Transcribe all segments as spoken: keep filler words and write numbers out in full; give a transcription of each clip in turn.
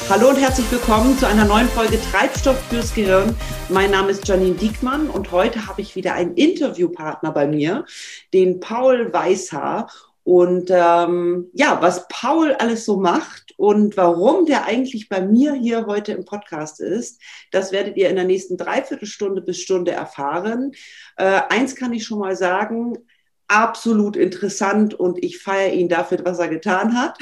Hallo und herzlich willkommen zu einer neuen Folge Treibstoff fürs Gehirn. Mein Name ist Janine Diekmann und heute habe ich wieder einen Interviewpartner bei mir, den Paul Weißhaar. Und ähm, ja, was Paul alles so macht und warum der eigentlich bei mir hier heute im Podcast ist, das werdet ihr in der nächsten Dreiviertelstunde bis Stunde erfahren. Äh, eins kann ich schon mal sagen, absolut interessant und ich feiere ihn dafür, was er getan hat.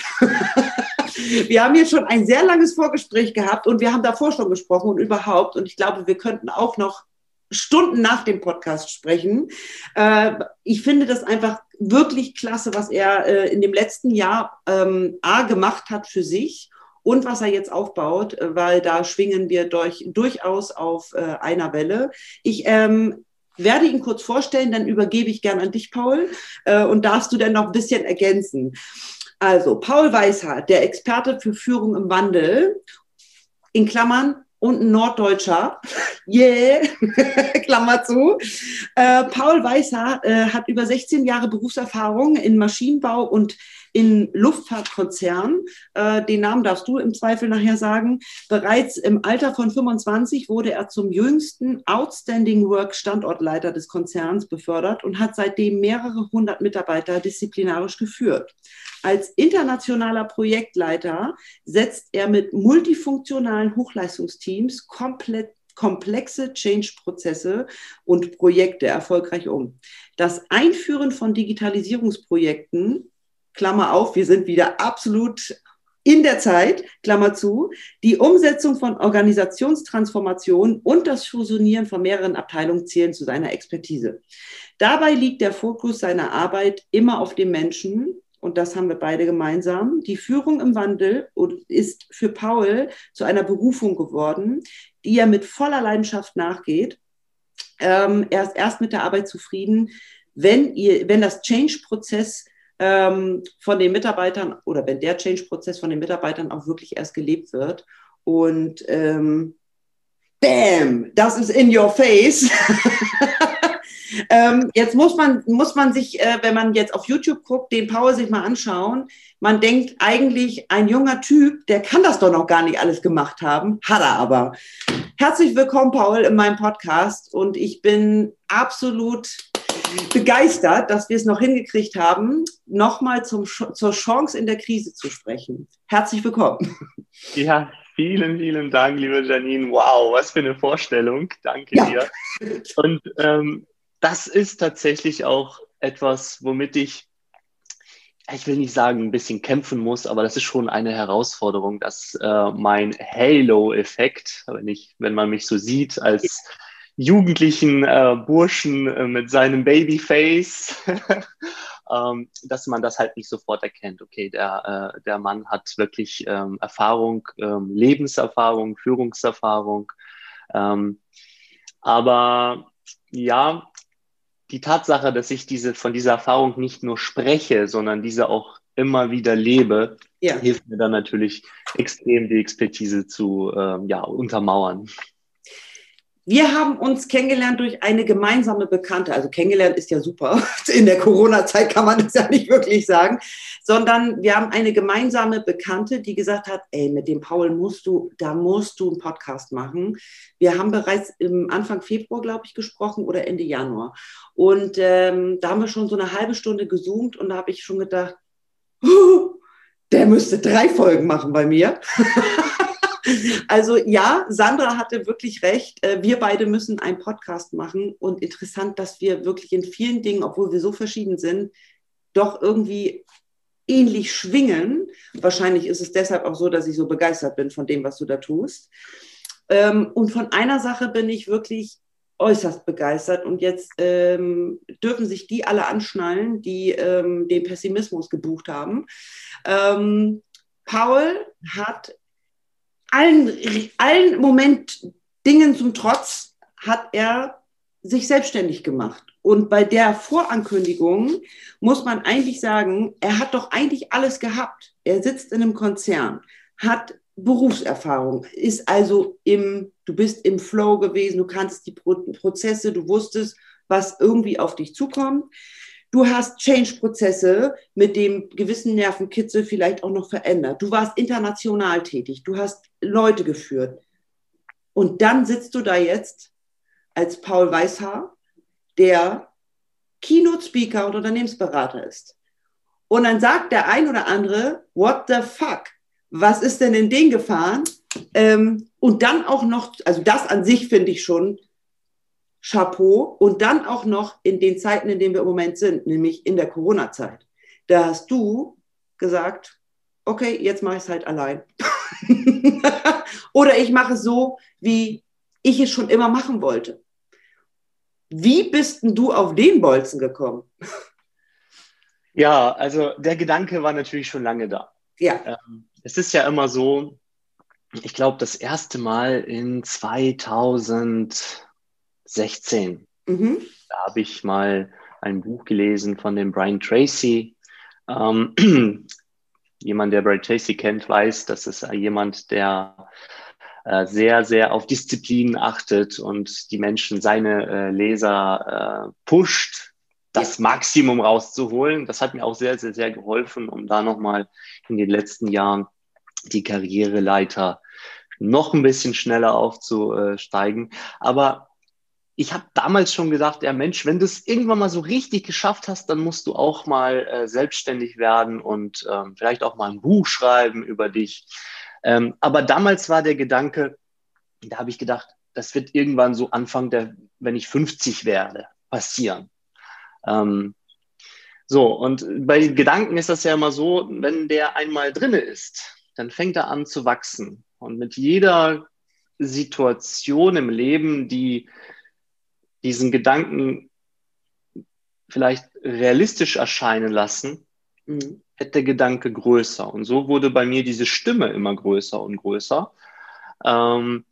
Wir haben jetzt schon ein sehr langes Vorgespräch gehabt und wir haben davor schon gesprochen und überhaupt. Und ich glaube, wir könnten auch noch Stunden nach dem Podcast sprechen. Äh, ich finde das einfach wirklich klasse, was er äh, in dem letzten Jahr ähm, A gemacht hat für sich und was er jetzt aufbaut, weil da schwingen wir durch, durchaus auf äh, einer Welle. Ich ähm, werde ihn kurz vorstellen, dann übergebe ich gern an dich, Paul, äh, und darfst du dann noch ein bisschen ergänzen. Also, Paul Weißhaar, der Experte für Führung im Wandel, in Klammern, und ein Norddeutscher, yeah, Klammer zu. Äh, Paul Weißhaar äh, hat über sechzehn Jahre Berufserfahrung in Maschinenbau und in Luftfahrtkonzernen. Äh, den Namen darfst du im Zweifel nachher sagen. Bereits im Alter von fünfundzwanzig wurde er zum jüngsten Outstanding Work Standortleiter des Konzerns befördert und hat seitdem mehrere hundert Mitarbeiter disziplinarisch geführt. Als internationaler Projektleiter setzt er mit multifunktionalen Hochleistungsteams komplett komplexe Change-Prozesse und Projekte erfolgreich um. Das Einführen von Digitalisierungsprojekten, Klammer auf, wir sind wieder absolut in der Zeit, Klammer zu, die Umsetzung von Organisationstransformationen und das Fusionieren von mehreren Abteilungen zählen zu seiner Expertise. Dabei liegt der Fokus seiner Arbeit immer auf dem Menschen. Und das haben wir beide gemeinsam. Die Führung im Wandel ist für Paul zu einer Berufung geworden, die er mit voller Leidenschaft nachgeht. Ähm, er ist erst mit der Arbeit zufrieden, wenn, ihr, wenn das Change-Prozess ähm, von den Mitarbeitern oder wenn der Change-Prozess von den Mitarbeitern auch wirklich erst gelebt wird. Und ähm, bam, das ist in your face. Ähm, jetzt muss man, muss man sich, äh, wenn man jetzt auf YouTube guckt, den Paul sich mal anschauen. Man denkt eigentlich, ein junger Typ, der kann das doch noch gar nicht alles gemacht haben. Hat er aber. Herzlich willkommen, Paul, in meinem Podcast. Und ich bin absolut begeistert, dass wir es noch hingekriegt haben, nochmal zum, zur Chance in der Krise zu sprechen. Herzlich willkommen. Ja, vielen, vielen Dank, liebe Janine. Wow, was für eine Vorstellung. Danke ja. dir. Und ähm, das ist tatsächlich auch etwas, womit ich, ich will nicht sagen, ein bisschen kämpfen muss, aber das ist schon eine Herausforderung, dass äh, mein Halo-Effekt, wenn ich, wenn man mich so sieht, als jugendlichen äh, Burschen äh, mit seinem Babyface, ähm, dass man das halt nicht sofort erkennt. Okay, der, äh, der Mann hat wirklich ähm, Erfahrung, ähm, Lebenserfahrung, Führungserfahrung. Ähm, aber ja, die Tatsache, dass ich diese, von dieser Erfahrung nicht nur spreche, sondern diese auch immer wieder lebe, ja. hilft mir dann natürlich extrem, die Expertise zu ähm, ja, untermauern. Wir haben uns kennengelernt durch eine gemeinsame Bekannte. Also kennengelernt ist ja super. In der Corona-Zeit kann man das ja nicht wirklich sagen. Sondern wir haben eine gemeinsame Bekannte, die gesagt hat, ey, mit dem Paul musst du, da musst du einen Podcast machen. Wir haben bereits im Anfang Februar, glaube ich, gesprochen oder Ende Januar. Und ähm, da haben wir schon so eine halbe Stunde gezoomt und da habe ich schon gedacht, oh, der müsste drei Folgen machen bei mir. Also ja, Sandra hatte wirklich recht. Wir beide müssen einen Podcast machen und interessant, dass wir wirklich in vielen Dingen, obwohl wir so verschieden sind, doch irgendwie ähnlich schwingen. Wahrscheinlich ist es deshalb auch so, dass ich so begeistert bin von dem, was du da tust. Und von einer Sache bin ich wirklich äußerst begeistert und jetzt ähm, dürfen sich die alle anschnallen, die ähm, den Pessimismus gebucht haben. Ähm, Paul hat allen, allen Moment Dingen zum Trotz hat er sich selbstständig gemacht. Und bei der Vorankündigung muss man eigentlich sagen, er hat doch eigentlich alles gehabt. Er sitzt in einem Konzern, hat Berufserfahrung, ist also im, du bist im Flow gewesen, du kanntest die Pro- Prozesse, du wusstest, was irgendwie auf dich zukommt. Du hast Change-Prozesse mit dem gewissen Nervenkitzel vielleicht auch noch verändert. Du warst international tätig. Du hast Leute geführt. Und dann sitzt du da jetzt als Paul Weishaar, der Keynote-Speaker und Unternehmensberater ist. Und dann sagt der ein oder andere, what the fuck? Was ist denn in den gefahren? Ähm, und dann auch noch, also das an sich finde ich schon Chapeau. Und dann auch noch in den Zeiten, in denen wir im Moment sind, nämlich in der Corona-Zeit. Da hast du gesagt, okay, jetzt mache ich es halt allein. Oder ich mache es so, wie ich es schon immer machen wollte. Wie bist denn du auf den Bolzen gekommen? Ja, also der Gedanke war natürlich schon lange da. Ja. Ähm, es ist ja immer so, ich glaube, das erste Mal in zweitausendsechzehn, Mhm. da habe ich mal ein Buch gelesen von dem Brian Tracy. Ähm, jemand, der Brian Tracy kennt, weiß, das ist jemand, der äh, sehr, sehr auf Disziplin achtet und die Menschen, seine äh, Leser äh, pusht, das Maximum rauszuholen. Das hat mir auch sehr, sehr, sehr geholfen, um da nochmal in den letzten Jahren die Karriereleiter noch ein bisschen schneller aufzusteigen. Aber ich habe damals schon gesagt, ja Mensch, wenn du es irgendwann mal so richtig geschafft hast, dann musst du auch mal äh, selbstständig werden und ähm, vielleicht auch mal ein Buch schreiben über dich. Ähm, aber damals war der Gedanke, da habe ich gedacht, das wird irgendwann so Anfang der, wenn ich fünfzig werde, passieren. Ähm, so, und bei Gedanken ist das ja immer so, wenn der einmal drinne ist, dann fängt er an zu wachsen. Und mit jeder Situation im Leben, die diesen Gedanken vielleicht realistisch erscheinen lassen, mhm. wird der Gedanke größer. Und so wurde bei mir diese Stimme immer größer und größer. Ähm,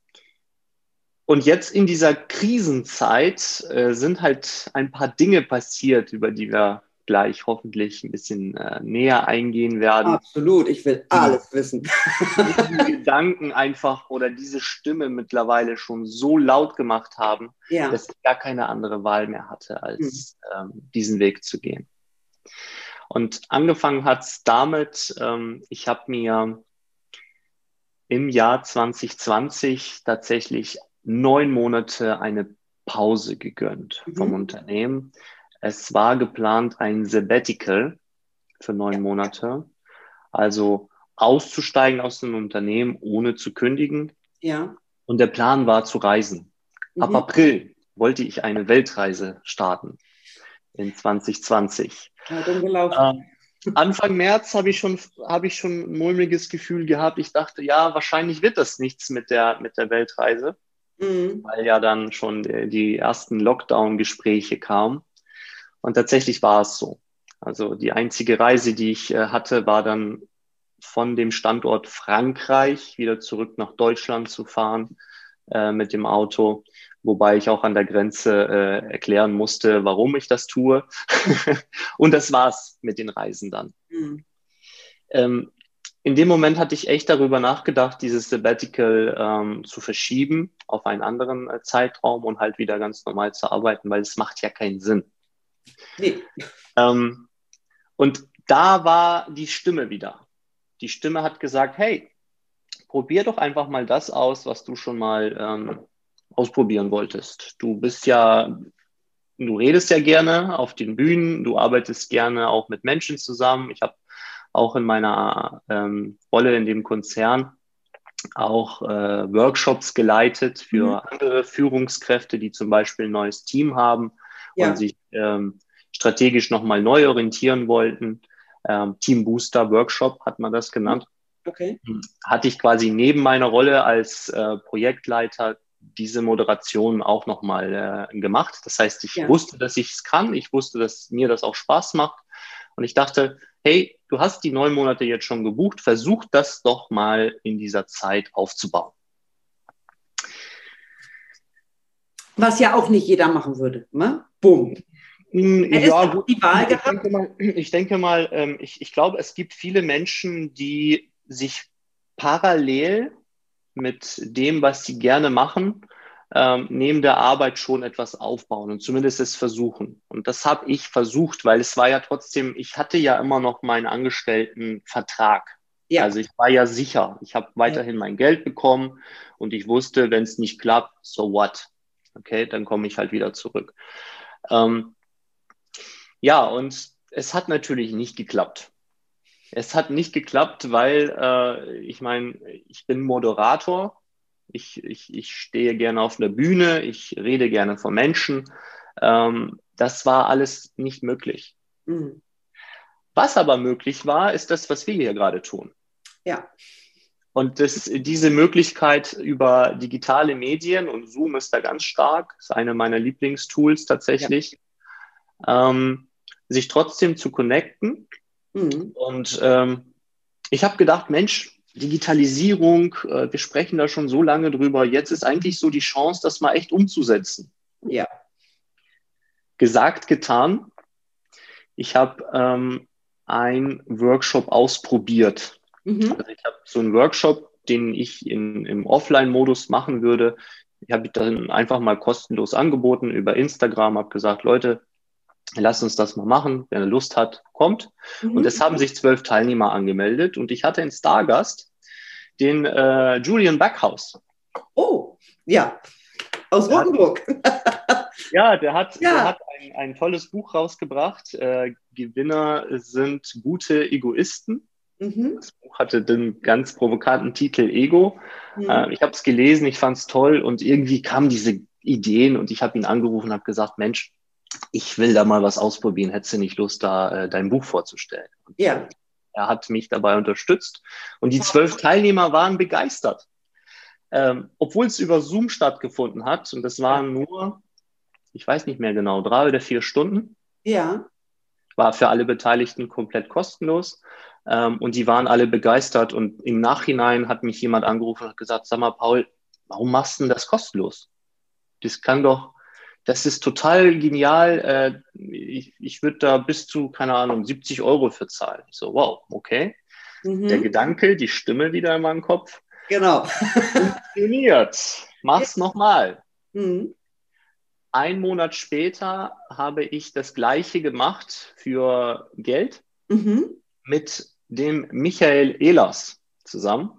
und jetzt in dieser Krisenzeit äh, sind halt ein paar Dinge passiert, über die wir gleich hoffentlich ein bisschen äh, näher eingehen werden. Absolut, ich will alles wissen. Die Gedanken einfach oder diese Stimme mittlerweile schon so laut gemacht haben, ja. dass ich gar keine andere Wahl mehr hatte, als mhm. ähm, diesen Weg zu gehen. Und angefangen hat es damit, ähm, ich habe mir im Jahr zwanzig zwanzig tatsächlich neun Monate eine Pause gegönnt mhm. vom Unternehmen. Es war geplant ein Sabbatical für neun ja. Monate, also auszusteigen aus dem Unternehmen, ohne zu kündigen. Ja. Und der Plan war zu reisen. Mhm. Ab April wollte ich eine Weltreise starten in zwanzig zwanzig. Ja, dumm gelaufen. Ähm, Anfang März habe ich schon, habe ich schon ein mulmiges Gefühl gehabt. Ich dachte, ja, wahrscheinlich wird das nichts mit der, mit der Weltreise, mhm. weil ja dann schon die, die ersten Lockdown-Gespräche kamen. Und tatsächlich war es so. Also die einzige Reise, die ich äh, hatte, war dann von dem Standort Frankreich wieder zurück nach Deutschland zu fahren äh, mit dem Auto, wobei ich auch an der Grenze äh, erklären musste, warum ich das tue. Und das war's mit den Reisen dann. Mhm. Ähm, in dem Moment hatte ich echt darüber nachgedacht, dieses Sabbatical ähm, zu verschieben auf einen anderen äh, Zeitraum und halt wieder ganz normal zu arbeiten, weil es macht ja keinen Sinn. Nee. Ähm, und da war die Stimme wieder. Die Stimme hat gesagt, hey, probier doch einfach mal das aus, was du schon mal ähm, ausprobieren wolltest. Du bist ja, du redest ja gerne auf den Bühnen, du arbeitest gerne auch mit Menschen zusammen. Ich habe auch in meiner ähm, Rolle in dem Konzern auch äh, Workshops geleitet für mhm. andere Führungskräfte, die zum Beispiel ein neues Team haben ja. und sich ähm, strategisch nochmal neu orientieren wollten. Ähm, Team Booster Workshop hat man das genannt. Okay. Hatte ich quasi neben meiner Rolle als äh, Projektleiter diese Moderation auch nochmal äh, gemacht. Das heißt, ich ja. wusste, dass ich es kann. Ich wusste, dass mir das auch Spaß macht. Und ich dachte, hey, du hast die neun Monate jetzt schon gebucht. Versuch das doch mal in dieser Zeit aufzubauen. Was ja auch nicht jeder machen würde. Ne? Bumm. Ja, gut. Die Wahl ich, denke mal, ich denke mal, ähm, ich, ich glaube, es gibt viele Menschen, die sich parallel mit dem, was sie gerne machen, ähm, neben der Arbeit schon etwas aufbauen und zumindest es versuchen. Und das habe ich versucht, weil es war ja trotzdem, ich hatte ja immer noch meinen Angestelltenvertrag. Ja. Also ich war ja sicher. Ich habe weiterhin Ja. mein Geld bekommen und ich wusste, wenn es nicht klappt, so what? Okay, dann komme ich halt wieder zurück. Ähm, ja, und es hat natürlich nicht geklappt. Es hat nicht geklappt, weil äh, ich meine, ich bin Moderator. Ich, ich, ich stehe gerne auf einer Bühne. Ich rede gerne vor Menschen. Ähm, das war alles nicht möglich. Mhm. Was aber möglich war, ist das, was wir hier gerade tun. Ja. Und das, diese Möglichkeit über digitale Medien, und Zoom ist da ganz stark, ist eine meiner Lieblingstools tatsächlich, ja. ähm, sich trotzdem zu connecten. Mhm. Und ähm, ich habe gedacht, Mensch, Digitalisierung, äh, wir sprechen da schon so lange drüber, jetzt ist eigentlich so die Chance, das mal echt umzusetzen. Ja. Gesagt, getan. Ich habe ähm, einen Workshop ausprobiert. Mhm. Also ich habe so einen Workshop, den ich in, im Offline-Modus machen würde. Ich habe dann einfach mal kostenlos angeboten über Instagram, habe gesagt, Leute, lasst uns das mal machen. Wer Lust hat, kommt. Mhm. Und es haben sich zwölf Teilnehmer angemeldet und ich hatte einen Stargast, den äh, Julian Backhaus. Oh, ja, aus Rothenburg. Ja, der hat, ja. Der hat ein, ein tolles Buch rausgebracht. Äh, Gewinner sind gute Egoisten. Mhm. Das Buch hatte den ganz provokanten Titel Ego. Mhm. Äh, ich habe es gelesen, ich fand es toll und irgendwie kamen diese Ideen und ich habe ihn angerufen und habe gesagt, Mensch, ich will da mal was ausprobieren. Hättest du nicht Lust, da äh, dein Buch vorzustellen? Und ja. Er hat mich dabei unterstützt und die zwölf Teilnehmer waren begeistert. Ähm, obwohl es über Zoom stattgefunden hat und das waren nur, ich weiß nicht mehr genau, drei oder vier Stunden. Ja. War für alle Beteiligten komplett kostenlos. Ähm, und die waren alle begeistert. Und im Nachhinein hat mich jemand angerufen und hat gesagt, sag mal, Paul, warum machst du denn das kostenlos? Das kann doch, das ist total genial. Äh, ich ich würde da bis zu, keine Ahnung, siebzig Euro für zahlen. Ich so, wow, okay. Mhm. Der Gedanke, die Stimme wieder in meinem Kopf. Genau. Funktioniert. Mach's ja. nochmal. Mhm. Ein Monat später habe ich das Gleiche gemacht für Geld mhm. mit dem Michael Ehlers zusammen.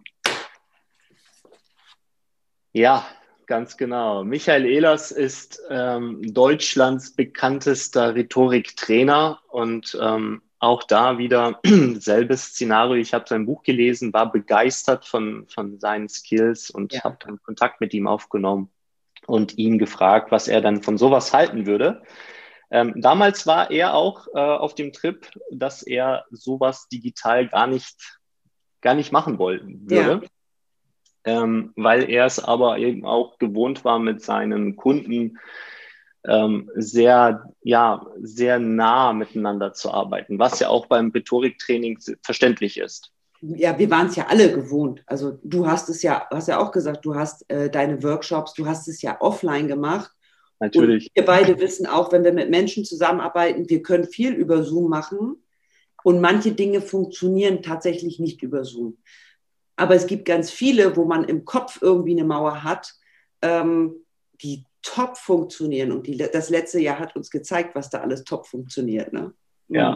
Ja, ganz genau. Michael Ehlers ist ähm, Deutschlands bekanntester Rhetoriktrainer und ähm, auch da wieder selbes Szenario. Ich habe sein Buch gelesen, war begeistert von, von seinen Skills und ja. habe dann Kontakt mit ihm aufgenommen und ihn gefragt, was er dann von sowas halten würde. Ähm, damals war er auch äh, auf dem Trip, dass er sowas digital gar nicht, gar nicht machen wollen würde, ja. ähm, weil er es aber eben auch gewohnt war, mit seinen Kunden ähm, sehr, ja, sehr nah miteinander zu arbeiten, was ja auch beim Rhetoriktraining verständlich ist. Ja, wir waren es ja alle gewohnt. Also du hast es ja, hast ja auch gesagt, du hast äh, deine Workshops, du hast es ja offline gemacht. Natürlich. Und wir beide wissen auch, wenn wir mit Menschen zusammenarbeiten, wir können viel über Zoom machen und manche Dinge funktionieren tatsächlich nicht über Zoom. Aber es gibt ganz viele, wo man im Kopf irgendwie eine Mauer hat, ähm, die top funktionieren. Und die, das letzte Jahr hat uns gezeigt, was da alles top funktioniert. Ne? Ja.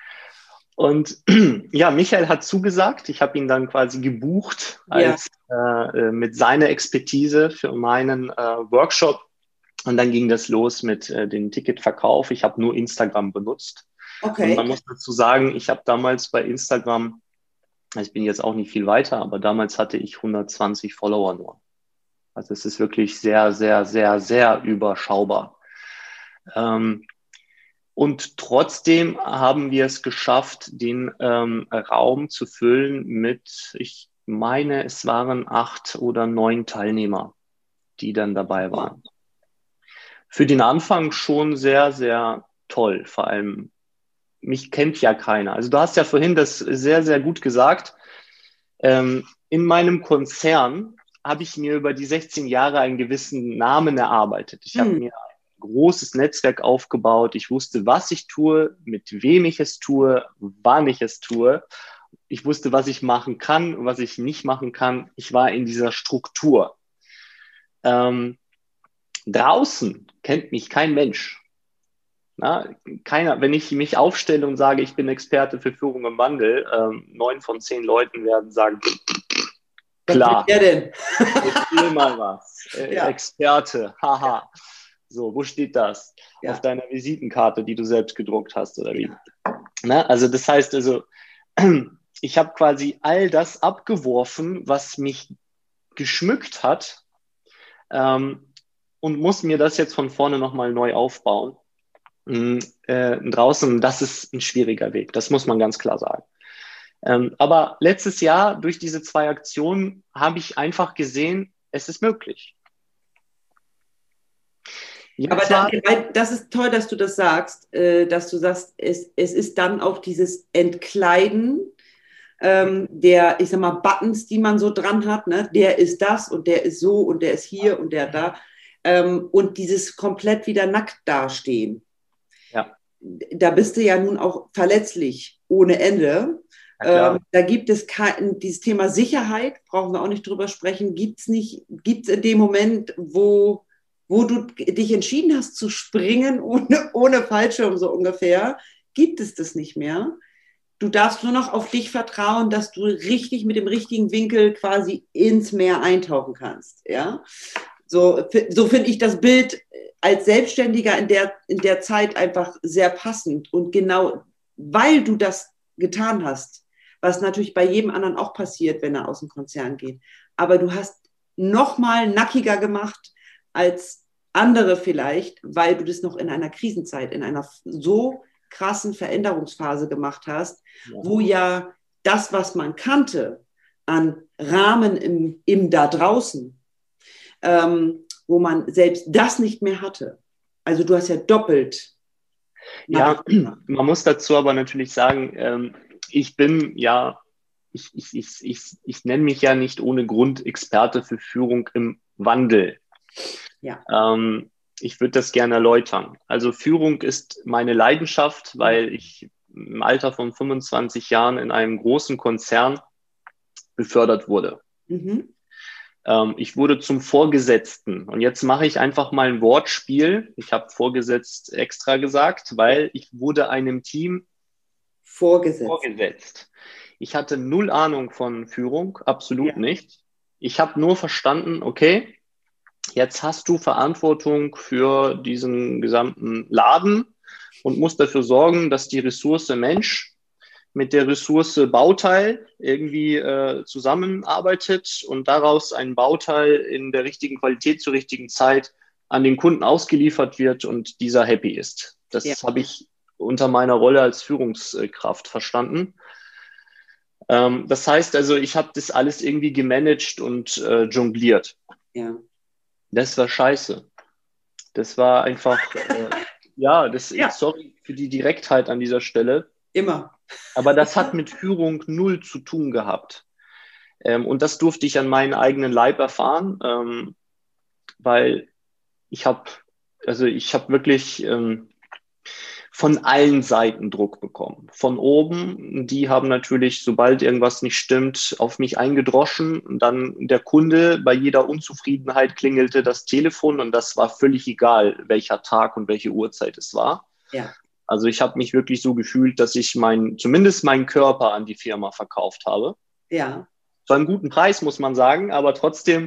Und ja, Michael hat zugesagt. Ich habe ihn dann quasi gebucht als ja. äh, mit seiner Expertise für meinen äh, Workshop. Und dann ging das los mit äh, dem Ticketverkauf. Ich habe nur Instagram benutzt. Okay. Und man muss dazu sagen, ich habe damals bei Instagram, ich bin jetzt auch nicht viel weiter, aber damals hatte ich hundertzwanzig Follower nur. Also es ist wirklich sehr, sehr, sehr, sehr überschaubar. Ähm, Und trotzdem haben wir es geschafft, den ähm, Raum zu füllen mit, ich meine, es waren acht oder neun Teilnehmer, die dann dabei waren. Für den Anfang schon sehr, sehr toll. Vor allem, mich kennt ja keiner. Also du hast ja vorhin das sehr, sehr gut gesagt. Ähm, in meinem Konzern habe ich mir über die sechzehn Jahre einen gewissen Namen erarbeitet. Ich hm. habe mir großes Netzwerk aufgebaut. Ich wusste, was ich tue, mit wem ich es tue, wann ich es tue. Ich wusste, was ich machen kann, was ich nicht machen kann. Ich war in dieser Struktur. Ähm, Draußen kennt mich kein Mensch. Na, keiner, wenn ich mich aufstelle und sage, ich bin Experte für Führung im Wandel, ähm, neun von zehn Leuten werden sagen, klar, was will der denn? erzähl mal was. Äh, Ja. Experte, haha. So, wo steht das? Ja. Auf deiner Visitenkarte, die du selbst gedruckt hast, oder wie? Ja. Na, also das heißt also, ich habe quasi all das abgeworfen, was mich geschmückt hat, ähm, und muss mir das jetzt von vorne nochmal neu aufbauen. Äh, draußen, das ist ein schwieriger Weg, das muss man ganz klar sagen. Ähm, aber letztes Jahr, durch diese zwei Aktionen, habe ich einfach gesehen, es ist möglich. Jetzt aber da, das ist toll, dass du das sagst, äh, dass du sagst, es, es ist dann auch dieses Entkleiden ähm, der, ich sag mal, Buttons, die man so dran hat, ne? Der ist das und der ist so und der ist hier und der da. Ähm, und dieses komplett wieder nackt dastehen. Ja. Da bist du ja nun auch verletzlich ohne Ende. Ähm, da gibt es kein, dieses Thema Sicherheit, brauchen wir auch nicht drüber sprechen, gibt es nicht, gibt es in dem Moment, wo, wo du dich entschieden hast zu springen ohne, ohne Fallschirm so ungefähr, gibt es das nicht mehr. Du darfst nur noch auf dich vertrauen, dass du richtig mit dem richtigen Winkel quasi ins Meer eintauchen kannst. Ja? So, so finde ich das Bild als Selbstständiger in der, in der Zeit einfach sehr passend. Und genau weil du das getan hast, was natürlich bei jedem anderen auch passiert, wenn er aus dem Konzern geht, aber du hast noch mal nackiger gemacht als andere vielleicht, weil du das noch in einer Krisenzeit, in einer so krassen Veränderungsphase gemacht hast, ja. wo ja das, was man kannte an Rahmen im, im da draußen, ähm, wo man selbst das nicht mehr hatte. Also du hast ja doppelt. Ja, man muss dazu aber natürlich sagen, ähm, ich bin ja, ich, ich, ich, ich, ich nenne mich ja nicht ohne Grund Experte für Führung im Wandel. Ja. Ähm, ich würde das gerne erläutern. Also Führung ist meine Leidenschaft, weil ich im Alter von fünfundzwanzig Jahren in einem großen Konzern befördert wurde. Mhm. Ähm, ich wurde zum Vorgesetzten. Und jetzt mache ich einfach mal ein Wortspiel. Ich habe Vorgesetzt extra gesagt, weil ich wurde einem Team vorgesetzt. vorgesetzt. Ich hatte null Ahnung von Führung, absolut ja. nicht. Ich habe nur verstanden, okay, jetzt hast du Verantwortung für diesen gesamten Laden und musst dafür sorgen, dass die Ressource Mensch mit der Ressource Bauteil irgendwie äh, zusammenarbeitet und daraus ein Bauteil in der richtigen Qualität zur richtigen Zeit an den Kunden ausgeliefert wird und dieser happy ist. Das ja. habe ich unter meiner Rolle als Führungskraft verstanden. Ähm, das heißt also, ich habe das alles irgendwie gemanagt und äh, jongliert. Ja. Das war scheiße. Das war einfach, äh, ja, das, ja, sorry für die Direktheit an dieser Stelle. Immer. Aber das hat mit Führung null zu tun gehabt. Ähm, und das durfte ich an meinen eigenen Leib erfahren, ähm, weil ich habe, also ich habe wirklich ähm, von allen Seiten Druck bekommen. Von oben, die haben natürlich, sobald irgendwas nicht stimmt, auf mich eingedroschen. Und dann der Kunde, bei jeder Unzufriedenheit klingelte das Telefon und das war völlig egal, welcher Tag und welche Uhrzeit es war. Ja. Also ich habe mich wirklich so gefühlt, dass ich mein, zumindest meinen Körper an die Firma verkauft habe. Ja. Zu einem guten Preis, muss man sagen, aber trotzdem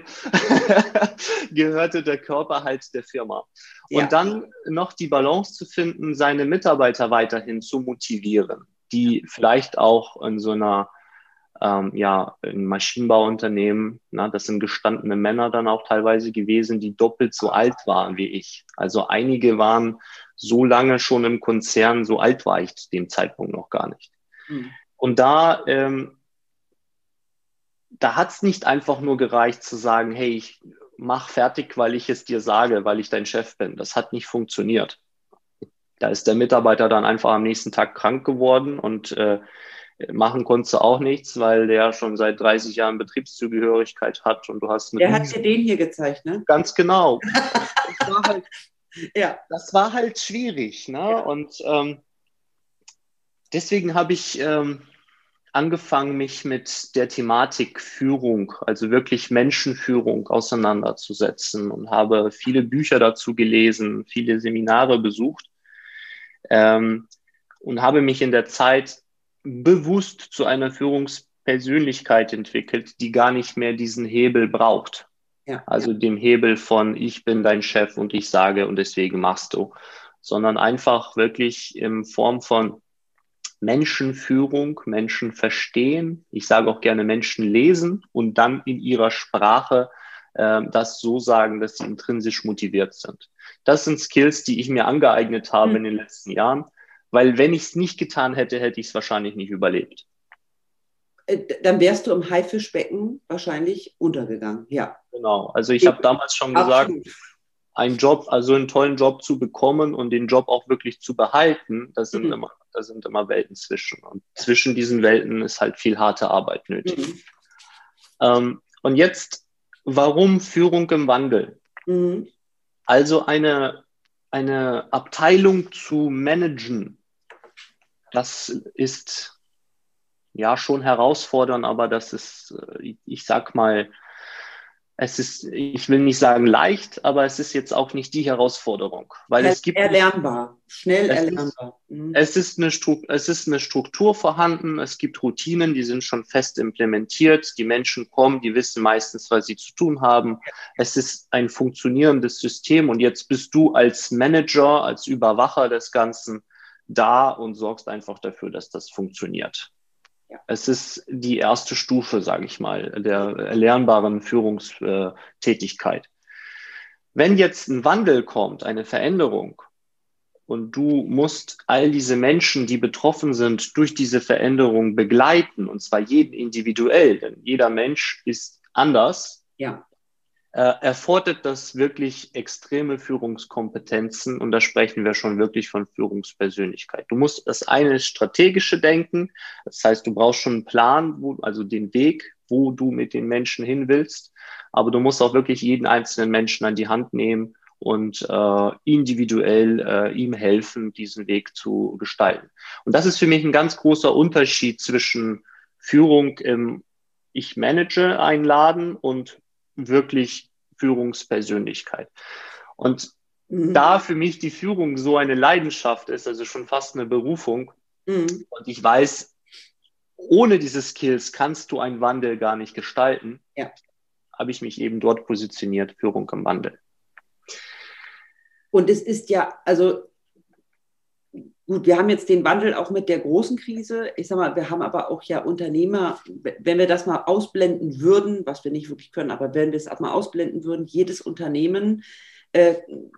gehörte der Körper halt der Firma. Und ja. dann noch die Balance zu finden, seine Mitarbeiter weiterhin zu motivieren, die vielleicht auch in so einer, ähm, ja, in Maschinenbauunternehmen, na, das sind gestandene Männer dann auch teilweise gewesen, die doppelt so alt waren wie ich. Also einige waren so lange schon im Konzern, so alt war ich zu dem Zeitpunkt noch gar nicht. Mhm. Und da, ähm, da hat es nicht einfach nur gereicht zu sagen, hey, ich mach fertig, weil ich es dir sage, weil ich dein Chef bin. Das hat nicht funktioniert. Da ist der Mitarbeiter dann einfach am nächsten Tag krank geworden und äh, machen konntest du auch nichts, weil der schon seit dreißig Jahren Betriebszugehörigkeit hat und du hast eine. Der hat dir den hier gezeigt, ne? Ganz genau. Das war halt, ja. das war halt schwierig, ne? Ja. Und ähm, deswegen habe ich ähm, angefangen, mich mit der Thematik Führung, also wirklich Menschenführung auseinanderzusetzen und habe viele Bücher dazu gelesen, viele Seminare besucht ähm, und habe mich in der Zeit bewusst zu einer Führungspersönlichkeit entwickelt, die gar nicht mehr diesen Hebel braucht. Ja, also ja. Dem Hebel von ich bin dein Chef und ich sage und deswegen machst du, sondern einfach wirklich in Form von Menschenführung, Menschen verstehen. Ich sage auch gerne Menschen lesen und dann in ihrer Sprache äh, das so sagen, dass sie intrinsisch motiviert sind. Das sind Skills, die ich mir angeeignet habe mhm. in den letzten Jahren, weil wenn ich es nicht getan hätte, hätte ich es wahrscheinlich nicht überlebt. Dann wärst du im Haifischbecken wahrscheinlich untergegangen, ja. Genau, also ich habe damals schon gesagt, Absolut. einen Job, also einen tollen Job zu bekommen und den Job auch wirklich zu behalten, das sind, mhm. immer, das sind immer Welten zwischen. Und zwischen diesen Welten ist halt viel harte Arbeit nötig. Mhm. Ähm, und jetzt, warum Führung im Wandel? Mhm. Also eine, eine Abteilung zu managen, das ist ja schon herausfordernd, aber das ist, ich, ich sag mal, es ist, ich will nicht sagen leicht, aber es ist jetzt auch nicht die Herausforderung, weil es gibt erlernbar, schnell es erlernbar. Ist, mhm. es, ist eine Struktur, es ist eine Struktur vorhanden, es gibt Routinen, die sind schon fest implementiert, die Menschen kommen, die wissen meistens, was sie zu tun haben. Es ist ein funktionierendes System und jetzt bist du als Manager, als Überwacher des Ganzen da und sorgst einfach dafür, dass das funktioniert. Es ist die erste Stufe, sage ich mal, der erlernbaren Führungstätigkeit. Wenn jetzt ein Wandel kommt, eine Veränderung, und du musst all diese Menschen, die betroffen sind, durch diese Veränderung begleiten, und zwar jeden individuell, denn jeder Mensch ist anders, ja. äh, erfordert das wirklich extreme Führungskompetenzen und da sprechen wir schon wirklich von Führungspersönlichkeit. Du musst das eine strategische Denken, das heißt, du brauchst schon einen Plan, wo, also den Weg, wo du mit den Menschen hin willst, aber du musst auch wirklich jeden einzelnen Menschen an die Hand nehmen und äh, individuell äh, ihm helfen, diesen Weg zu gestalten. Und das ist für mich ein ganz großer Unterschied zwischen Führung im Ich manage einen Laden und wirklich Führungspersönlichkeit. Und mhm. da für mich die Führung so eine Leidenschaft ist, also schon fast eine Berufung, mhm. und ich weiß, ohne diese Skills kannst du einen Wandel gar nicht gestalten, ja. habe ich mich eben dort positioniert, Führung im Wandel. Und es ist ja, also gut, wir haben jetzt den Wandel auch mit der großen Krise. Ich sag mal, wir haben aber auch ja Unternehmer, wenn wir das mal ausblenden würden, was wir nicht wirklich können, aber wenn wir es auch mal ausblenden würden, jedes Unternehmen äh,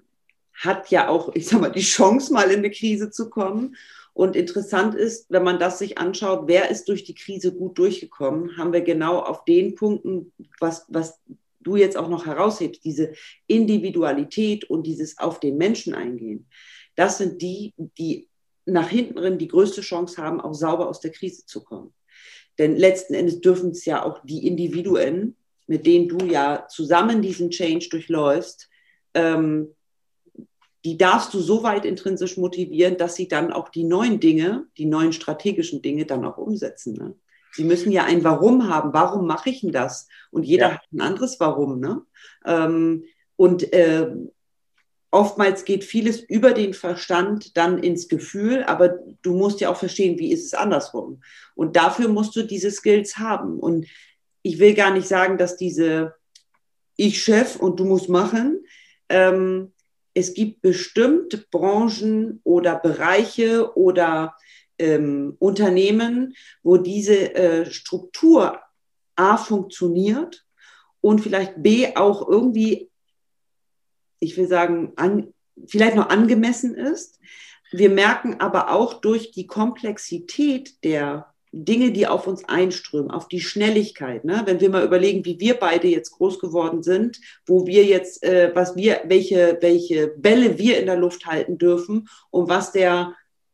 hat ja auch, ich sag mal, die Chance, mal in eine Krise zu kommen. Und interessant ist, wenn man das sich anschaut, wer ist durch die Krise gut durchgekommen, haben wir genau auf den Punkten, was, was du jetzt auch noch heraushebst, diese Individualität und dieses auf den Menschen eingehen. Das sind die, die nach hinten drin die größte Chance haben, auch sauber aus der Krise zu kommen. Denn letzten Endes dürfen es ja auch die Individuen, mit denen du ja zusammen diesen Change durchläufst, ähm, die darfst du so weit intrinsisch motivieren, dass sie dann auch die neuen Dinge, die neuen strategischen Dinge dann auch umsetzen. Ne? Sie müssen ja ein Warum haben. Warum mache ich denn das? Und jeder ja. hat ein anderes Warum. Ne? Ähm, und äh, oftmals geht vieles über den Verstand dann ins Gefühl, aber du musst ja auch verstehen, wie ist es andersrum. Und dafür musst du diese Skills haben. Und ich will gar nicht sagen, dass diese Ich Chef und du musst machen. Ähm, es gibt bestimmt Branchen oder Bereiche oder ähm, Unternehmen, wo diese äh, Struktur A funktioniert und vielleicht B auch irgendwie, ich will sagen, an, vielleicht noch angemessen ist. Wir merken aber auch durch die Komplexität der Dinge, die auf uns einströmen, auf die Schnelligkeit. Ne? Wenn wir mal überlegen, wie wir beide jetzt groß geworden sind, wo wir jetzt, äh, was wir, welche, welche Bälle wir in der Luft halten dürfen und was der,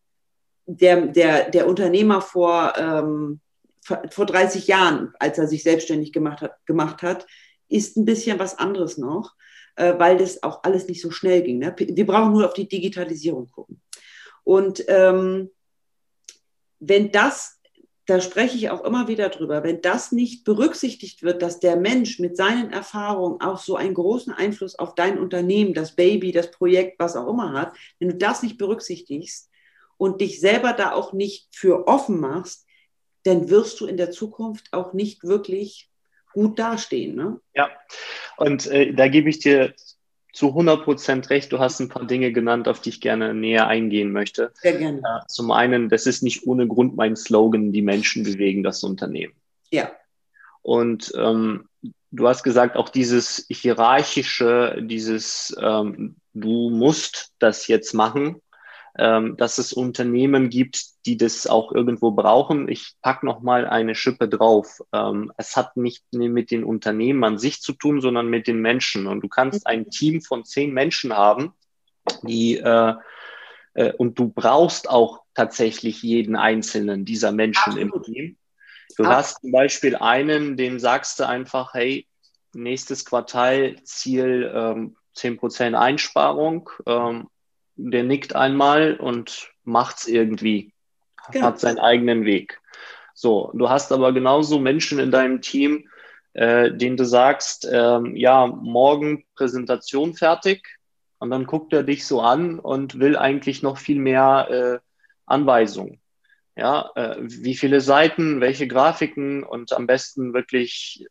der, der, der Unternehmer vor, ähm, vor dreißig Jahren, als er sich selbstständig gemacht hat, gemacht hat, ist ein bisschen was anderes noch, äh, weil das auch alles nicht so schnell ging. Ne? Wir brauchen nur auf die Digitalisierung gucken. Und ähm, wenn das da spreche ich auch immer wieder drüber, wenn das nicht berücksichtigt wird, dass der Mensch mit seinen Erfahrungen auch so einen großen Einfluss auf dein Unternehmen, das Baby, das Projekt, was auch immer hat, wenn du das nicht berücksichtigst und dich selber da auch nicht für offen machst, dann wirst du in der Zukunft auch nicht wirklich gut dastehen. Ne? Ja, und äh, da gebe ich dir zu hundert Prozent recht. Du hast ein paar Dinge genannt, auf die ich gerne näher eingehen möchte. Sehr gerne. Äh, zum einen, das ist nicht ohne Grund mein Slogan, die Menschen bewegen das Unternehmen. Ja. Und ähm, du hast gesagt, auch dieses hierarchische, dieses ähm, du musst das jetzt machen, ähm, dass es Unternehmen gibt, die das auch irgendwo brauchen. Ich pack noch mal eine Schippe drauf. Ähm, es hat nicht mit den Unternehmen an sich zu tun, sondern mit den Menschen. Und du kannst ein Team von zehn Menschen haben, die äh, äh, und du brauchst auch tatsächlich jeden einzelnen dieser Menschen Absolut. Im Team. Du Absolut. Hast zum Beispiel einen, dem sagst du einfach, hey, nächstes Quartal Ziel ähm, zehn Prozent Einsparung. Ähm, der nickt einmal und macht's irgendwie, genau. Hat seinen eigenen Weg. So, du hast aber genauso Menschen in deinem Team, äh, denen du sagst, ähm, ja, morgen Präsentation fertig, und dann guckt er dich so an und will eigentlich noch viel mehr äh, Anweisungen. Ja, äh, wie viele Seiten, welche Grafiken und am besten wirklich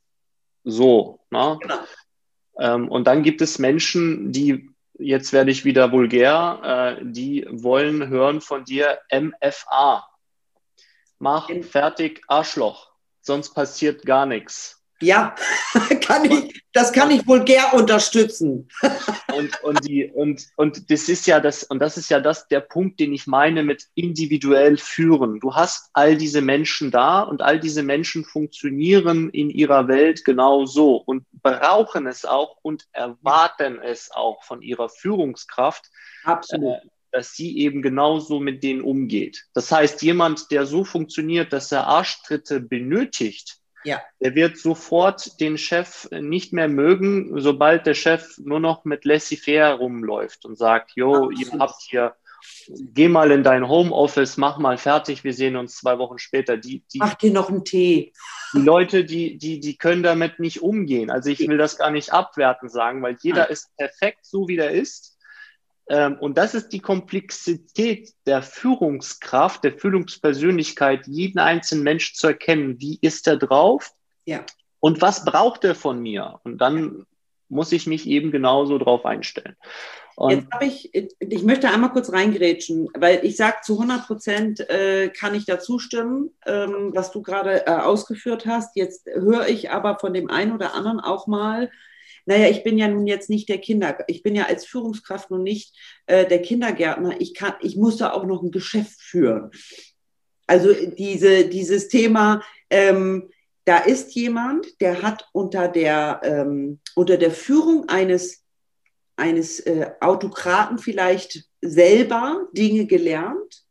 so. Ne? Genau. Ähm, und dann gibt es Menschen, die jetzt werde ich wieder vulgär, äh, die wollen hören von dir M F A. Mach, fertig, Arschloch. Sonst passiert gar nichts. Ja, kann ich, das kann ich vulgär unterstützen. Und, und, die, und, und das ist ja das, und das ist ja das, der Punkt, den ich meine mit individuell führen. Du hast all diese Menschen da und all diese Menschen funktionieren in ihrer Welt genau so und brauchen es auch und erwarten es auch von ihrer Führungskraft, Absolut. Äh, dass sie eben genauso mit denen umgeht. Das heißt, jemand, der so funktioniert, dass er Arschtritte benötigt, ja. Der wird sofort den Chef nicht mehr mögen, sobald der Chef nur noch mit laissez-faire rumläuft und sagt, jo, ihr habt hier, geh mal in dein Homeoffice, mach mal fertig, wir sehen uns zwei Wochen später. Die, die, mach dir noch einen Tee. Die Leute, die, die, die können damit nicht umgehen. Also ich will das gar nicht abwertend sagen, weil jeder ist perfekt so, wie der ist. Und das ist die Komplexität der Führungskraft, der Führungspersönlichkeit, jeden einzelnen Menschen zu erkennen. Wie ist er drauf? Ja. Und was braucht er von mir? Und dann muss ich mich eben genauso drauf einstellen. Und jetzt habe ich, ich möchte einmal kurz reingrätschen, weil ich sage, zu hundert Prozent äh, kann ich da zustimmen, ähm, was du gerade äh, ausgeführt hast. Jetzt höre ich aber von dem einen oder anderen auch mal, naja, ich bin ja nun jetzt nicht der Kinder, ich bin ja als Führungskraft nun nicht äh, der Kindergärtner, ich kann, ich muss da auch noch ein Geschäft führen. Also diese, dieses Thema, ähm, da ist jemand, der hat unter der, ähm, unter der Führung eines, eines äh, Autokraten vielleicht selber Dinge gelernt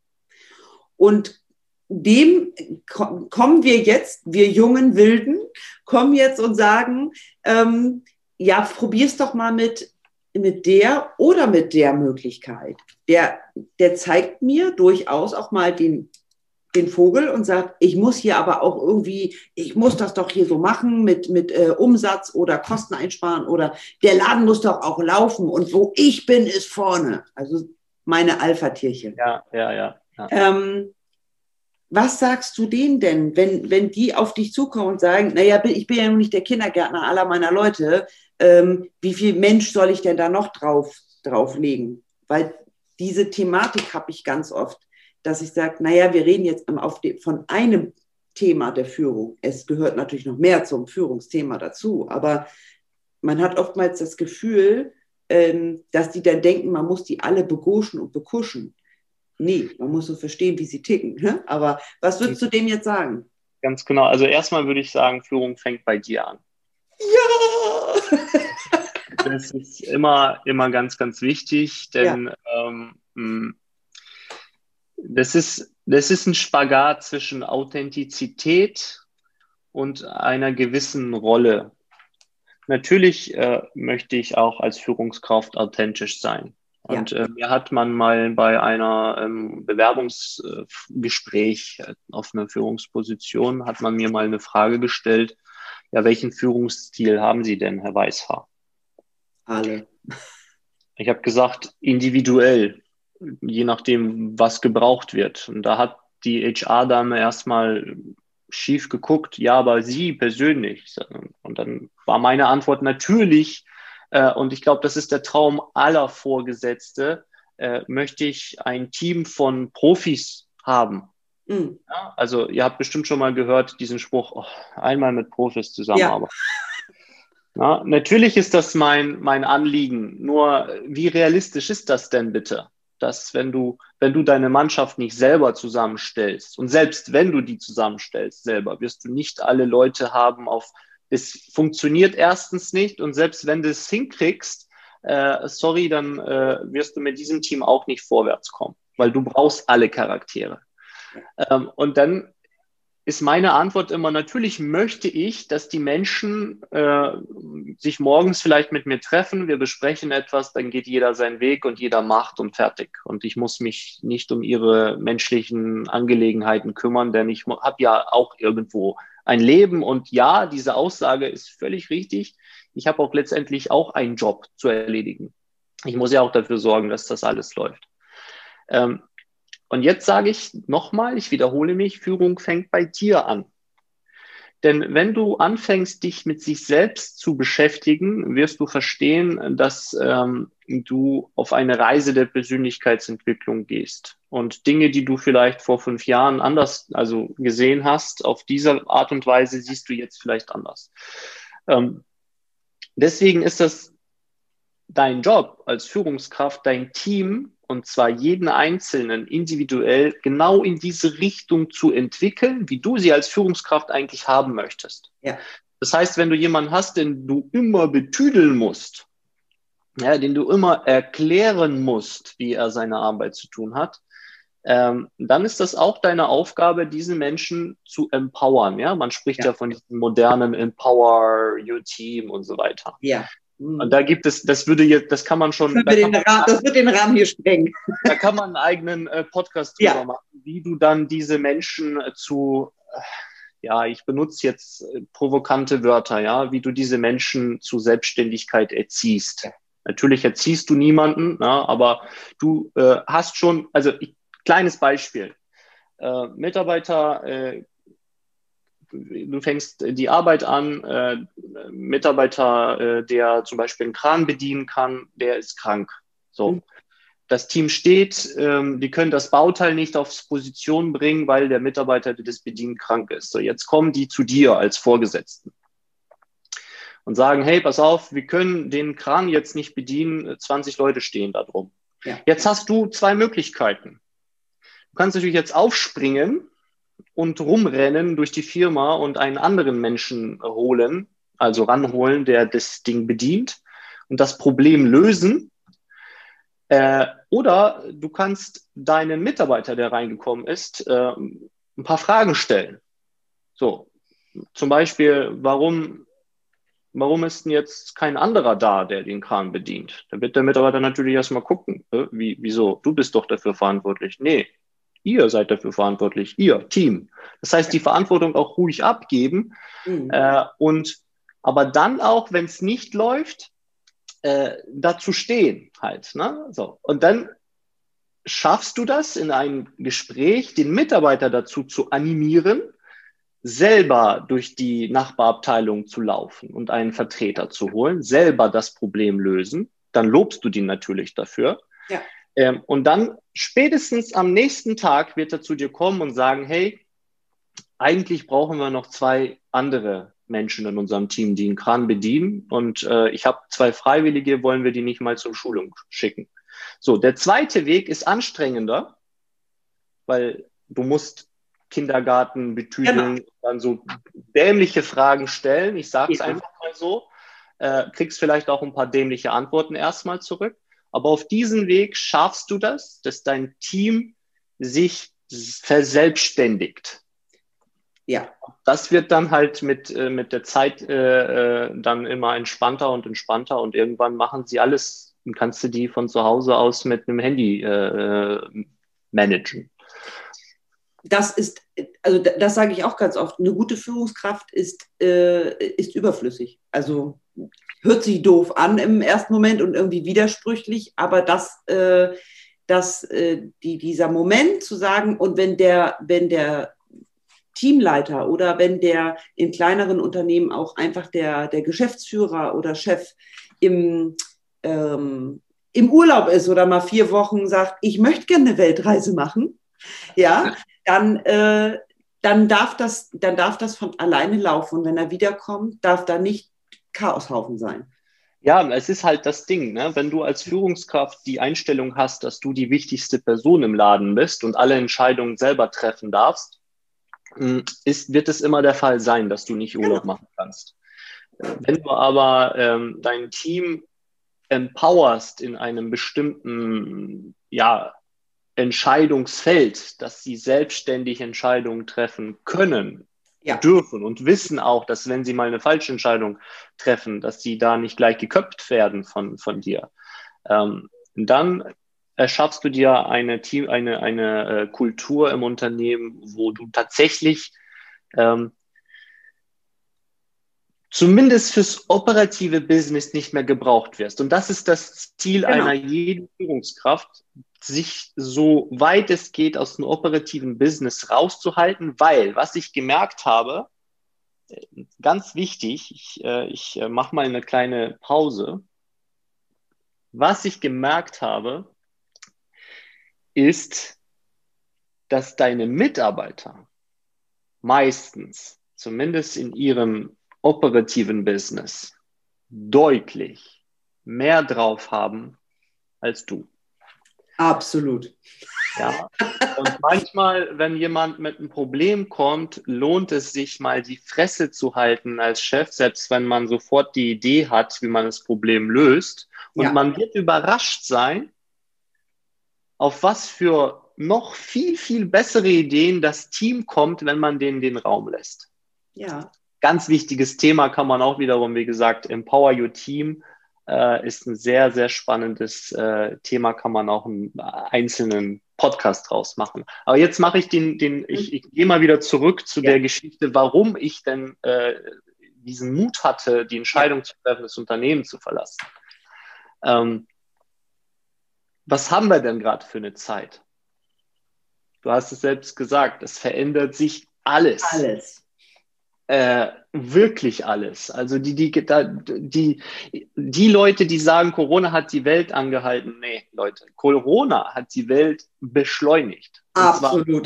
und dem ko- kommen wir jetzt, wir jungen Wilden, kommen jetzt und sagen, ähm, ja, probier's doch mal mit, mit der oder mit der Möglichkeit. Der, der zeigt mir durchaus auch mal den, den Vogel und sagt, ich muss hier aber auch irgendwie, ich muss das doch hier so machen mit, mit äh, Umsatz oder Kosten einsparen oder der Laden muss doch auch laufen und wo ich bin, ist vorne. Also meine Alpha-Tierchen. Ja, ja, ja. ja. Ähm, Was sagst du denen denn, wenn, wenn die auf dich zukommen und sagen, naja, ich bin ja nun nicht der Kindergärtner aller meiner Leute, ähm, wie viel Mensch soll ich denn da noch drauf, drauflegen? Weil diese Thematik habe ich ganz oft, dass ich sage, naja, wir reden jetzt auf de, von einem Thema der Führung. Es gehört natürlich noch mehr zum Führungsthema dazu, aber man hat oftmals das Gefühl, ähm, dass die dann denken, man muss die alle begauschen und bekuschen. Nee, man muss so verstehen, wie sie ticken. Ne? Aber was würdest du dem jetzt sagen? Ganz genau. Also erstmal würde ich sagen, Führung fängt bei dir an. Ja! Das ist immer, immer ganz, ganz wichtig, denn ja. ähm, das ist, das ist ein Spagat zwischen Authentizität und einer gewissen Rolle. Natürlich äh, möchte ich auch als Führungskraft authentisch sein. Und ja. äh, mir hat man mal bei einer ähm, Bewerbungsgespräch äh, auf eine Führungsposition, hat man mir mal eine Frage gestellt, ja, welchen Führungsstil haben Sie denn, Herr Weishaar? Alle. Ich habe gesagt, individuell, je nachdem, was gebraucht wird. Und da hat die H R-Dame erstmal schief geguckt, ja, aber Sie persönlich. Und dann war meine Antwort natürlich, äh, und ich glaube, das ist der Traum aller Vorgesetzte, äh, möchte ich ein Team von Profis haben. Mhm. Ja, also ihr habt bestimmt schon mal gehört, diesen Spruch, oh, einmal mit Profis zusammenarbeiten. Ja. Ja, natürlich ist das mein, mein Anliegen, nur wie realistisch ist das denn bitte? Dass wenn du, wenn du deine Mannschaft nicht selber zusammenstellst und selbst wenn du die zusammenstellst selber, wirst du nicht alle Leute haben auf, es funktioniert erstens nicht und selbst wenn du es hinkriegst, äh, sorry, dann äh, wirst du mit diesem Team auch nicht vorwärts kommen, weil du brauchst alle Charaktere. Ähm, und dann ist meine Antwort immer, natürlich möchte ich, dass die Menschen äh, sich morgens vielleicht mit mir treffen, wir besprechen etwas, dann geht jeder seinen Weg und jeder macht und fertig. Und ich muss mich nicht um ihre menschlichen Angelegenheiten kümmern, denn ich habe ja auch irgendwo ein Leben. Und ja, diese Aussage ist völlig richtig. Ich habe auch letztendlich auch einen Job zu erledigen. Ich muss ja auch dafür sorgen, dass das alles läuft. Ähm, Und jetzt sage ich nochmal, ich wiederhole mich, Führung fängt bei dir an. Denn wenn du anfängst, dich mit sich selbst zu beschäftigen, wirst du verstehen, dass ähm, du auf eine Reise der Persönlichkeitsentwicklung gehst. Und Dinge, die du vielleicht vor fünf Jahren anders also gesehen hast, auf diese Art und Weise siehst du jetzt vielleicht anders. Ähm, deswegen ist das dein Job als Führungskraft, dein Team, und zwar jeden Einzelnen individuell genau in diese Richtung zu entwickeln, wie du sie als Führungskraft eigentlich haben möchtest. Ja. Das heißt, wenn du jemanden hast, den du immer betüdeln musst, ja, den du immer erklären musst, wie er seine Arbeit zu tun hat, ähm, dann ist das auch deine Aufgabe, diese Menschen zu empowern. Ja? Man spricht ja, ja von diesem modernen Empower Your Team und so weiter. Ja. Und da gibt es, das würde jetzt, das kann man schon. Das, da kann man, Rahmen, das wird den Rahmen hier sprengen. Da kann man einen eigenen äh, Podcast drüber ja. machen, wie du dann diese Menschen äh, zu, äh, ja, ich benutze jetzt äh, provokante Wörter, ja, wie du diese Menschen zu Selbstständigkeit erziehst. Ja. Natürlich erziehst du niemanden, na, aber du äh, hast schon, also ich, kleines Beispiel. Äh, Mitarbeiter, äh, du fängst die Arbeit an, äh, Mitarbeiter, äh, der zum Beispiel einen Kran bedienen kann, der ist krank. So. Mhm. Das Team steht, ähm, die können das Bauteil nicht aufs Position bringen, weil der Mitarbeiter, der das bedient, krank ist. So, jetzt kommen die zu dir als Vorgesetzten und sagen, hey, pass auf, wir können den Kran jetzt nicht bedienen, zwanzig Leute stehen da drum. Ja. Jetzt hast du zwei Möglichkeiten. Du kannst natürlich jetzt aufspringen und rumrennen durch die Firma und einen anderen Menschen holen, also ranholen, der das Ding bedient und das Problem lösen. Äh, oder du kannst deinen Mitarbeiter, der reingekommen ist, äh, ein paar Fragen stellen. So, zum Beispiel, warum, warum ist denn jetzt kein anderer da, der den Kran bedient? Da wird der Mitarbeiter natürlich erstmal gucken, äh, wie, wieso, du bist doch dafür verantwortlich. Nee. Ihr seid dafür verantwortlich, ihr Team. Das heißt, die Verantwortung auch ruhig abgeben. Mhm. Äh, und aber dann auch, wenn es nicht läuft, äh, dazu stehen halt. Ne? So. Und dann schaffst du das in einem Gespräch, den Mitarbeiter dazu zu animieren, selber durch die Nachbarabteilung zu laufen und einen Vertreter zu holen, selber das Problem lösen. Dann lobst du den natürlich dafür. Ja. Ähm, und dann spätestens am nächsten Tag wird er zu dir kommen und sagen, hey, eigentlich brauchen wir noch zwei andere Menschen in unserem Team, die einen Kran bedienen. Und äh, ich habe zwei Freiwillige, wollen wir die nicht mal zur Schulung schicken. So, der zweite Weg ist anstrengender, weil du musst Kindergarten betüdeln, genau. Dann so dämliche Fragen stellen. Ich sage es ja. einfach mal so. Äh, kriegst vielleicht auch ein paar dämliche Antworten erstmal zurück. Aber auf diesem Weg schaffst du das, dass dein Team sich verselbstständigt. Ja. Das wird dann halt mit, äh, mit der Zeit äh, dann immer entspannter und entspannter und irgendwann machen sie alles kannst du die von zu Hause aus mit einem Handy äh, managen. Das ist, also das sage ich auch ganz oft, eine gute Führungskraft ist, äh, ist überflüssig. Also hört sich doof an im ersten Moment und irgendwie widersprüchlich, aber das, äh, das, äh, die, dieser Moment zu sagen, und wenn der, wenn der Teamleiter oder wenn der in kleineren Unternehmen auch einfach der, der Geschäftsführer oder Chef im, ähm, im Urlaub ist oder mal vier Wochen sagt, ich möchte gerne eine Weltreise machen, ja, dann, äh, dann, darf das, dann darf das von alleine laufen. Und wenn er wiederkommt, darf da nicht Chaoshaufen sein. Ja, es ist halt das Ding, ne? Wenn du als Führungskraft die Einstellung hast, dass du die wichtigste Person im Laden bist und alle Entscheidungen selber treffen darfst, ist, wird es immer der Fall sein, dass du nicht Urlaub machen kannst. Wenn du aber ähm, dein Team empowerst in einem bestimmten, ja, Entscheidungsfeld, dass sie selbstständig Entscheidungen treffen können, ja, dürfen und wissen auch, dass wenn sie mal eine falsche Entscheidung treffen, dass sie da nicht gleich geköpft werden von, von dir. Ähm, dann erschaffst du dir eine, Team, eine, eine äh, Kultur im Unternehmen, wo du tatsächlich ähm, zumindest fürs operative Business nicht mehr gebraucht wirst. Und das ist das Ziel genau. einer jeden Führungskraft, sich so weit es geht aus dem operativen Business rauszuhalten, weil, was ich gemerkt habe, ganz wichtig, ich, äh, ich äh, mache mal eine kleine Pause, was ich gemerkt habe, ist, dass deine Mitarbeiter meistens, zumindest in ihrem operativen Business, deutlich mehr drauf haben als du. Absolut. Ja. Und manchmal, wenn jemand mit einem Problem kommt, lohnt es sich mal die Fresse zu halten als Chef, selbst wenn man sofort die Idee hat, wie man das Problem löst. Und ja. man wird überrascht sein, auf was für noch viel, viel bessere Ideen das Team kommt, wenn man denen den Raum lässt. Ja. Ganz wichtiges Thema kann man auch wiederum, wie gesagt, Empower Your Team. Äh, ist ein sehr, sehr spannendes äh, Thema, kann man auch einen einzelnen Podcast draus machen. Aber jetzt mache ich den, den ich, ich gehe mal wieder zurück zu ja. der Geschichte, warum ich denn äh, diesen Mut hatte, die Entscheidung ja. zu treffen, das Unternehmen zu verlassen. Ähm, was haben wir denn gerade für eine Zeit? Du hast es selbst gesagt, es verändert sich alles. Alles. Äh, wirklich alles. Also die, die, die, die Leute, die sagen, Corona hat die Welt angehalten, nee, Leute, Corona hat die Welt beschleunigt. Und absolut.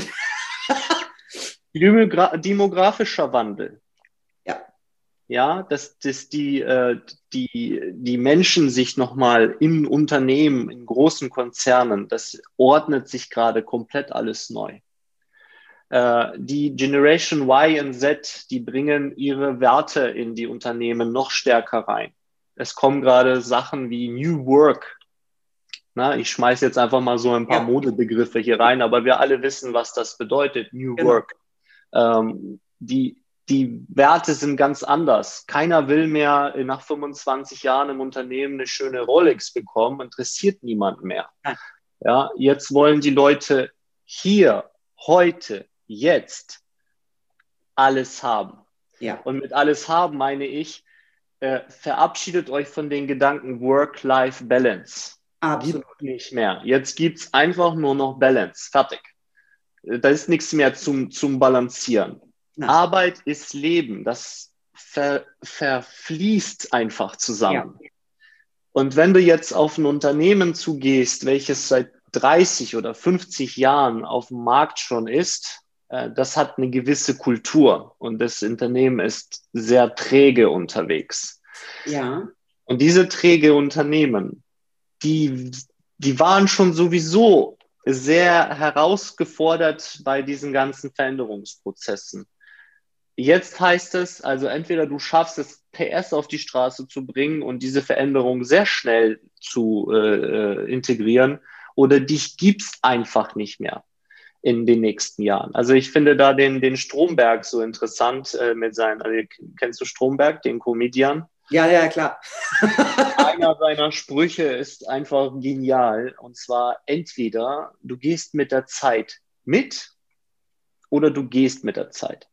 Demogra- demografischer Wandel. Ja. Ja, dass, dass die, äh, die, die Menschen sich nochmal in Unternehmen, in großen Konzernen, das ordnet sich gerade komplett alles neu. Die Generation Y und Z, die bringen ihre Werte in die Unternehmen noch stärker rein. Es kommen gerade Sachen wie New Work. Na, ich schmeiße jetzt einfach mal so ein paar ja. Modebegriffe hier rein, aber wir alle wissen, was das bedeutet, New genau. Work. Ähm, die, die Werte sind ganz anders. Keiner will mehr nach fünfundzwanzig Jahren im Unternehmen eine schöne Rolex bekommen, interessiert niemand mehr. Ja. Ja, jetzt wollen die Leute hier, heute, jetzt alles haben. Ja. Und mit alles haben meine ich, äh, verabschiedet euch von den Gedanken Work-Life-Balance. Absolut. Gibt nicht mehr. Jetzt gibt es einfach nur noch Balance. Fertig. Da ist nichts mehr zum, zum Balancieren. Nein. Arbeit ist Leben. Das ver, verfließt einfach zusammen. Ja. Und wenn du jetzt auf ein Unternehmen zugehst, welches seit dreißig oder fünfzig Jahren auf dem Markt schon ist, das hat eine gewisse Kultur und das Unternehmen ist sehr träge unterwegs. Ja. Und diese träge Unternehmen, die, die waren schon sowieso sehr herausgefordert bei diesen ganzen Veränderungsprozessen. Jetzt heißt es, also entweder du schaffst es, P S auf die Straße zu bringen und diese Veränderung sehr schnell zu äh, integrieren, oder dich gibt's einfach nicht mehr in den nächsten Jahren. Also ich finde da den, den Stromberg so interessant äh, mit seinen, also kennst du Stromberg, den Comedian? Ja, ja, klar. Einer einer seiner Sprüche ist einfach genial. Und zwar entweder du gehst mit der Zeit mit oder du gehst mit der Zeit.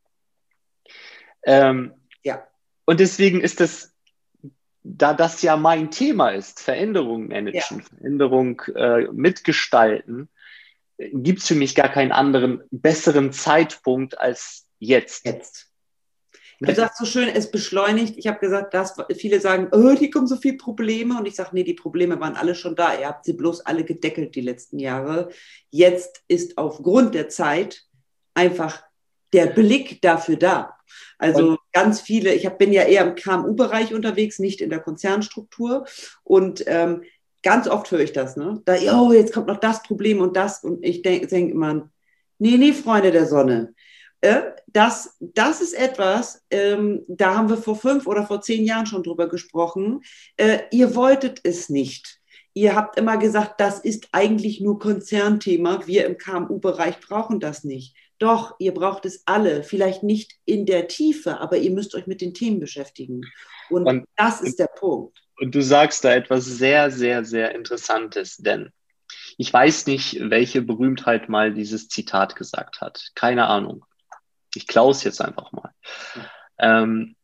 Ähm, Ja. Und deswegen ist das, da das ja mein Thema ist, Veränderung managen, Ja. Veränderung äh, mitgestalten, gibt es für mich gar keinen anderen, besseren Zeitpunkt als jetzt. Jetzt. Du sagst so schön, es beschleunigt. Ich habe gesagt, dass viele sagen, oh, hier kommen so viele Probleme. Und ich sage, nee, die Probleme waren alle schon da. Ihr habt sie bloß alle gedeckelt die letzten Jahre. Jetzt ist aufgrund der Zeit einfach der Blick dafür da. Also und ganz viele, ich hab, bin ja eher im K M U-Bereich unterwegs, nicht in der Konzernstruktur. Und ähm, ganz oft höre ich das, ne? Da, oh, jetzt kommt noch das Problem und das. Und ich denke denk immer, nee, nee, Freunde der Sonne. Das, das ist etwas, ähm, da haben wir vor fünf oder vor zehn Jahren schon drüber gesprochen. Äh, ihr wolltet es nicht. Ihr habt immer gesagt, das ist eigentlich nur Konzernthema. Wir im K M U-Bereich brauchen das nicht. Doch, ihr braucht es alle. Vielleicht nicht in der Tiefe, aber ihr müsst euch mit den Themen beschäftigen. Und, und das ist der Punkt. Und du sagst da etwas sehr, sehr, sehr Interessantes, denn ich weiß nicht, welche Berühmtheit mal dieses Zitat gesagt hat. Keine Ahnung. Ich klaue es jetzt einfach mal. Ähm,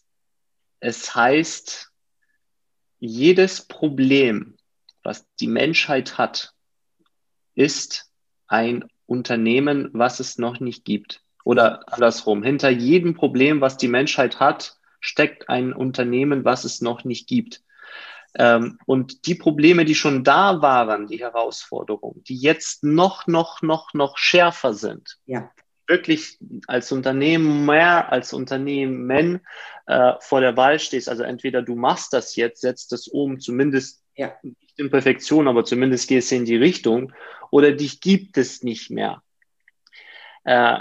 es heißt, jedes Problem, was die Menschheit hat, ist ein Unternehmen, was es noch nicht gibt. Oder andersrum, hinter jedem Problem, was die Menschheit hat, steckt ein Unternehmen, was es noch nicht gibt. Ähm, und die Probleme, die schon da waren, die Herausforderungen, die jetzt noch, noch, noch, noch schärfer sind, ja. wirklich als Unternehmen mehr als Unternehmen äh, vor der Wahl stehst, also entweder du machst das jetzt, setzt das um, zumindest ja. nicht in Perfektion, aber zumindest gehst du in die Richtung, oder dich gibt es nicht mehr. Äh,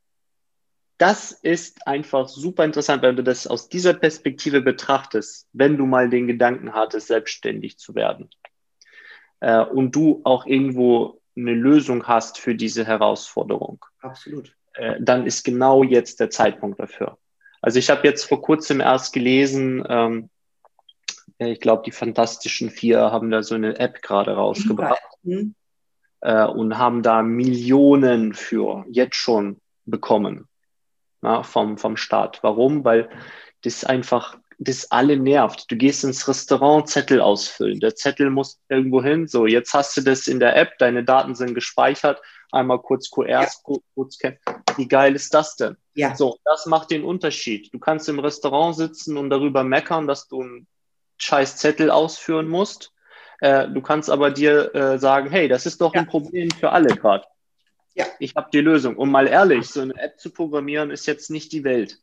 das ist einfach super interessant, wenn du das aus dieser Perspektive betrachtest, wenn du mal den Gedanken hattest, selbstständig zu werden. Äh, und du auch irgendwo eine Lösung hast für diese Herausforderung. Absolut. Äh, dann ist genau jetzt der Zeitpunkt dafür. Also ich habe jetzt vor kurzem erst gelesen, ähm, ich glaube, die Fantastischen Vier haben da so eine App gerade rausgebracht mhm. äh, und haben da Millionen für jetzt schon bekommen, na, vom, vom Staat. Warum? Weil das einfach das alle nervt. Du gehst ins Restaurant, Zettel ausfüllen. Der Zettel muss irgendwo hin. So, jetzt hast du das in der App, deine Daten sind gespeichert. Einmal kurz Q Rs, ja. kurz scannen. Wie geil ist das denn? Ja. So, das macht den Unterschied. Du kannst im Restaurant sitzen und darüber meckern, dass du einen scheiß Zettel ausführen musst. Äh, du kannst aber dir äh, sagen, hey, das ist doch ja. ein Problem für alle gerade. Ja. Ich habe die Lösung. Und mal ehrlich, so eine App zu programmieren, ist jetzt nicht die Welt.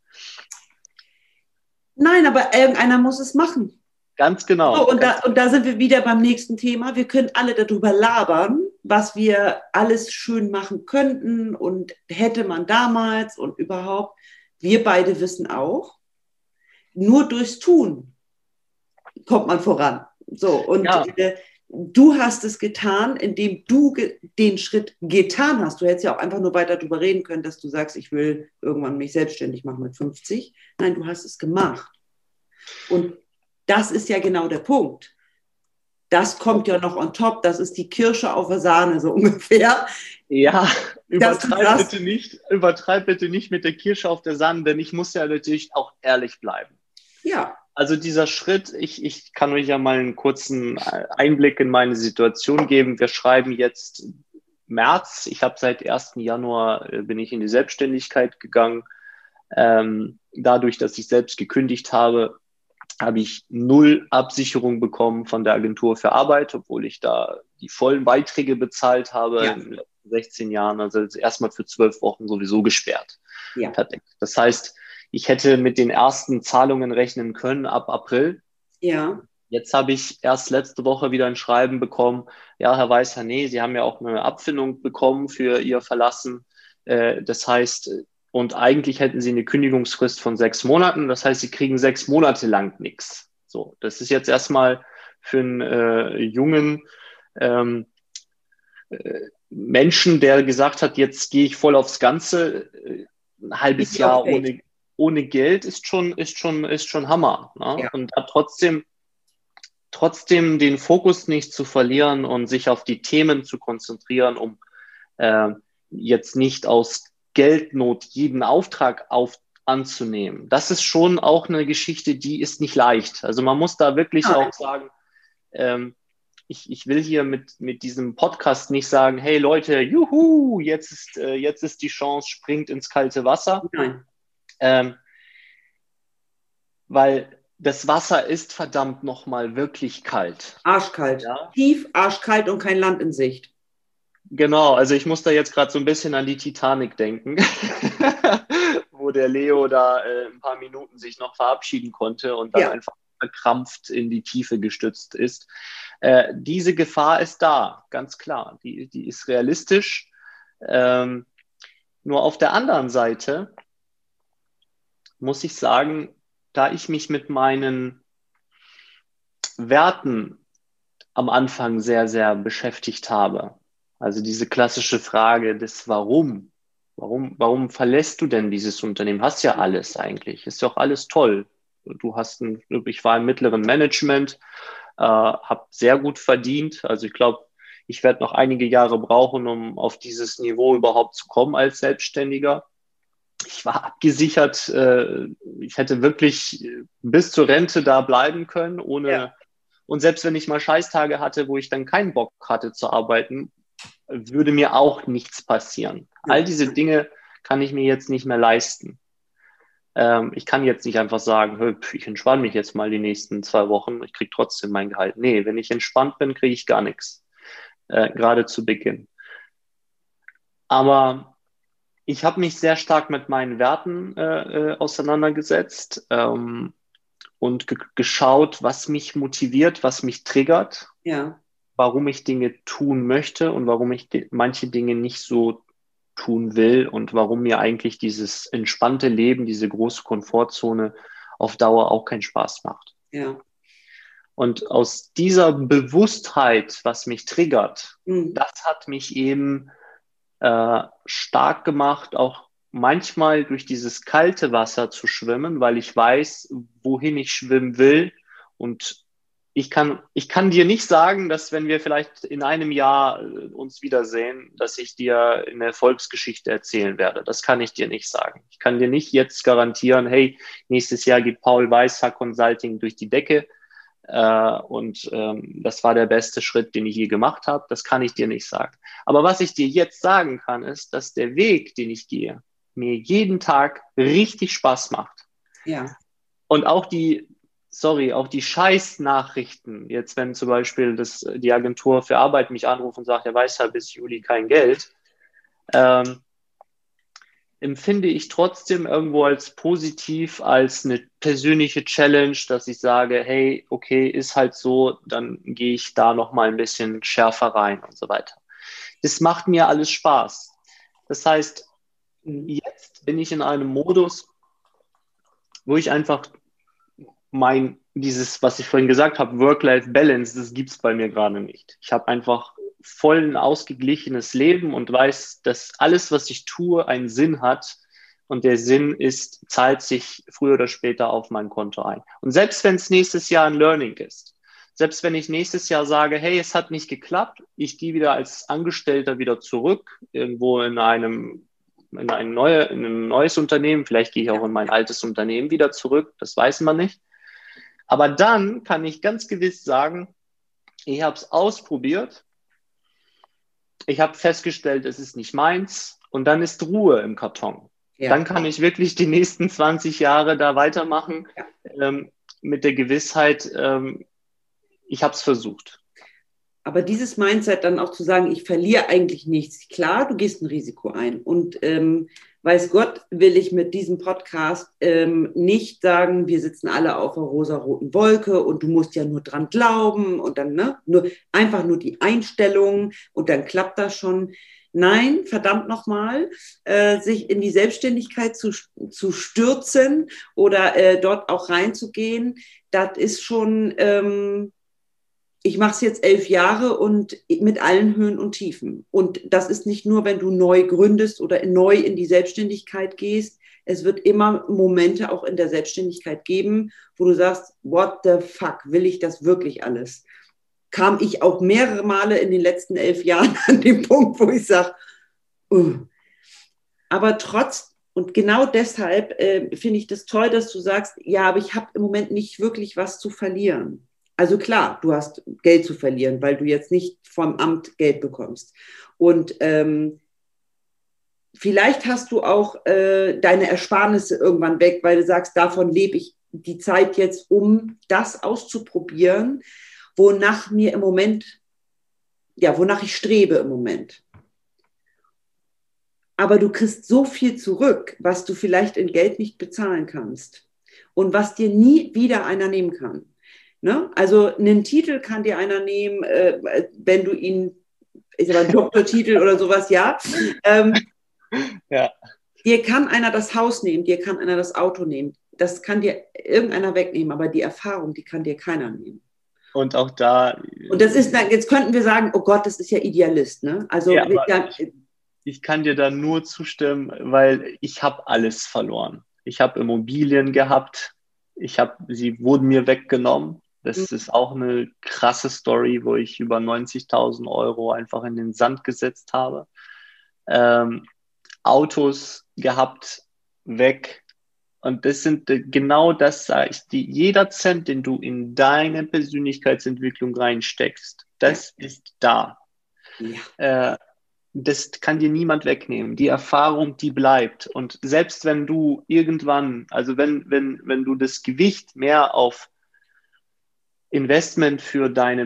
Nein, aber irgendeiner muss es machen. Ganz genau. So, und, da, und da sind wir wieder beim nächsten Thema. Wir können alle darüber labern, was wir alles schön machen könnten und hätte man damals und überhaupt. Wir beide wissen auch, nur durchs Tun kommt man voran. So, und ja. äh, du hast es getan, indem du ge- den Schritt getan hast. Du hättest ja auch einfach nur weiter darüber reden können, dass du sagst, ich will irgendwann mich selbstständig machen mit fünfzig. Nein, du hast es gemacht. Und das ist ja genau der Punkt. Das kommt ja noch on top. Das ist die Kirsche auf der Sahne, so ungefähr. Ja, übertreib bitte nicht, übertreib bitte nicht mit der Kirsche auf der Sahne, denn ich muss ja natürlich auch ehrlich bleiben. Ja. Also dieser Schritt, ich, ich kann euch ja mal einen kurzen Einblick in meine Situation geben. Wir schreiben jetzt März. Ich habe seit ersten Januar äh, bin ich in die Selbstständigkeit gegangen. Ähm, dadurch, dass ich selbst gekündigt habe, habe ich null Absicherung bekommen von der Agentur für Arbeit, obwohl ich da die vollen Beiträge bezahlt habe ja. in den letzten sechzehn Jahren. Also erstmal für zwölf Wochen sowieso gesperrt. Ja. Das heißt, ich hätte mit den ersten Zahlungen rechnen können ab April. Ja. Jetzt habe ich erst letzte Woche wieder ein Schreiben bekommen. Ja, Herr Weißer, nee, Sie haben ja auch eine Abfindung bekommen für Ihr Verlassen. Äh, das heißt, und eigentlich hätten Sie eine Kündigungsfrist von sechs Monaten. Das heißt, Sie kriegen sechs Monate lang nichts. So, das ist jetzt erstmal für einen äh, jungen ähm, äh, Menschen, der gesagt hat, jetzt gehe ich voll aufs Ganze, äh, ein halbes Jahr ohne ohne Geld ist schon, ist schon, ist schon Hammer. Ne? Ja. Und da trotzdem trotzdem den Fokus nicht zu verlieren und sich auf die Themen zu konzentrieren, um äh, jetzt nicht aus Geldnot jeden Auftrag auf, anzunehmen. Das ist schon auch eine Geschichte, die ist nicht leicht. Also man muss da wirklich Nein. auch sagen, ähm, ich, ich will hier mit, mit diesem Podcast nicht sagen, hey Leute, juhu, jetzt ist, äh, jetzt ist die Chance, springt ins kalte Wasser. Nein. Ähm, weil das Wasser ist verdammt nochmal wirklich kalt. Arschkalt. Ja? Tief, arschkalt und kein Land in Sicht. Genau, also ich muss da jetzt gerade so ein bisschen an die Titanic denken, wo der Leo da äh, ein paar Minuten sich noch verabschieden konnte und dann ja. einfach verkrampft in die Tiefe gestützt ist. Äh, diese Gefahr ist da, ganz klar. Die, die ist realistisch. Ähm, nur auf der anderen Seite muss ich sagen, da ich mich mit meinen Werten am Anfang sehr, sehr beschäftigt habe, also diese klassische Frage des Warum. Warum, warum verlässt du denn dieses Unternehmen? Hast ja alles eigentlich. Ist ja auch alles toll. Du hast ein, ich war im mittleren Management, äh, habe sehr gut verdient. Also ich glaube, ich werde noch einige Jahre brauchen, um auf dieses Niveau überhaupt zu kommen als Selbstständiger. Ich war abgesichert. Äh, ich hätte wirklich bis zur Rente da bleiben können, ohne. Ja. Und selbst wenn ich mal Scheißtage hatte, wo ich dann keinen Bock hatte zu arbeiten, würde mir auch nichts passieren. All diese Dinge kann ich mir jetzt nicht mehr leisten. Ähm, ich kann jetzt nicht einfach sagen, ich entspanne mich jetzt mal die nächsten zwei Wochen, ich kriege trotzdem mein Gehalt. Nee, wenn ich entspannt bin, kriege ich gar nichts. Äh, gerade zu Beginn. Aber ich habe mich sehr stark mit meinen Werten äh, auseinandergesetzt ähm, und ge- geschaut, was mich motiviert, was mich triggert. Ja. Warum ich Dinge tun möchte und warum ich die, manche Dinge nicht so tun will und warum mir eigentlich dieses entspannte Leben, diese große Komfortzone auf Dauer auch keinen Spaß macht. Ja. Und aus dieser Bewusstheit, was mich triggert, mhm. das hat mich eben äh, stark gemacht, auch manchmal durch dieses kalte Wasser zu schwimmen, weil ich weiß, wohin ich schwimmen will. Und ich kann, ich kann dir nicht sagen, dass wenn wir vielleicht in einem Jahr uns wiedersehen, dass ich dir eine Erfolgsgeschichte erzählen werde. Das kann ich dir nicht sagen. Ich kann dir nicht jetzt garantieren, hey, nächstes Jahr geht Paul Weishaar Consulting durch die Decke. Uh, und ähm, das war der beste Schritt, den ich je gemacht habe. Das kann ich dir nicht sagen. Aber was ich dir jetzt sagen kann, ist, dass der Weg, den ich gehe, mir jeden Tag richtig Spaß macht. Ja. Und auch die, sorry, auch die Scheiß-Nachrichten, jetzt wenn zum Beispiel das, die Agentur für Arbeit mich anruft und sagt, er weiß ja bis Juli kein Geld, ähm, empfinde ich trotzdem irgendwo als positiv, als eine persönliche Challenge, dass ich sage, hey, okay, ist halt so, dann gehe ich da nochmal ein bisschen schärfer rein und so weiter. Das macht mir alles Spaß. Das heißt, jetzt bin ich in einem Modus, wo ich einfach mein, dieses, was ich vorhin gesagt habe, Work-Life-Balance, das gibt es bei mir gerade nicht. Ich habe einfach voll ein ausgeglichenes Leben und weiß, dass alles, was ich tue, einen Sinn hat und der Sinn ist, zahlt sich früher oder später auf mein Konto ein. Und selbst wenn es nächstes Jahr ein Learning ist, selbst wenn ich nächstes Jahr sage, hey, es hat nicht geklappt, ich gehe wieder als Angestellter wieder zurück, irgendwo in einem, in ein, neue, in ein neues Unternehmen, vielleicht gehe ich auch in mein altes Unternehmen wieder zurück, das weiß man nicht. Aber dann kann ich ganz gewiss sagen, ich habe es ausprobiert, ich habe festgestellt, es ist nicht meins und dann ist Ruhe im Karton. Ja. Dann kann ich wirklich die nächsten zwanzig Jahre da weitermachen ja. ähm, mit der Gewissheit, ähm, ich habe es versucht. Aber dieses Mindset dann auch zu sagen, ich verliere eigentlich nichts. Klar, du gehst ein Risiko ein und ähm, weiß Gott, will ich mit diesem Podcast ähm, nicht sagen, wir sitzen alle auf einer rosaroten Wolke und du musst ja nur dran glauben und dann ne, nur, einfach nur die Einstellung und dann klappt das schon. Nein, verdammt nochmal, äh, sich in die Selbstständigkeit zu, zu stürzen oder äh, dort auch reinzugehen, das ist schon... Ähm, ich mache es jetzt elf Jahre und mit allen Höhen und Tiefen. Und das ist nicht nur, wenn du neu gründest oder neu in die Selbstständigkeit gehst. es wird immer Momente auch in der Selbstständigkeit geben, wo du sagst, what the fuck, will ich das wirklich alles? Kam ich auch mehrere Male in den letzten elf Jahren an den Punkt, wo ich sage, uh. aber trotz, und genau deshalb äh, finde ich das toll, dass du sagst, ja, aber ich habe im Moment nicht wirklich was zu verlieren. Also klar, du hast Geld zu verlieren, weil du jetzt nicht vom Amt Geld bekommst. Und ähm, vielleicht hast du auch äh, deine Ersparnisse irgendwann weg, weil du sagst, davon lebe ich die Zeit jetzt, um das auszuprobieren, wonach mir im Moment, ja, wonach ich strebe im Moment. Aber du kriegst so viel zurück, was du vielleicht in Geld nicht bezahlen kannst und was dir nie wieder einer nehmen kann. Ne? Also einen Titel kann dir einer nehmen, äh, wenn du ihn, ich sag mal, Doktortitel oder sowas, ja. Ähm, ja. Dir kann einer das Haus nehmen, dir kann einer das Auto nehmen. Das kann dir irgendeiner wegnehmen, aber die Erfahrung, die kann dir keiner nehmen. Und auch da... Und das ist, jetzt könnten wir sagen, oh Gott, das ist ja Idealist, ne? Also ja, da, ich, ich kann dir da nur zustimmen, weil ich habe alles verloren. Ich habe Immobilien gehabt, ich hab, sie wurden mir weggenommen. Das ist auch eine krasse Story, wo ich über neunzigtausend Euro einfach in den Sand gesetzt habe. Ähm, Autos gehabt, weg. Und das sind genau das, sage ich, die, jeder Cent, den du in deine Persönlichkeitsentwicklung reinsteckst, das ja. ist da. Ja. Äh, das kann dir niemand wegnehmen. Die Erfahrung, die bleibt. Und selbst wenn du irgendwann, also wenn, wenn, wenn du das Gewicht mehr auf Investment für deine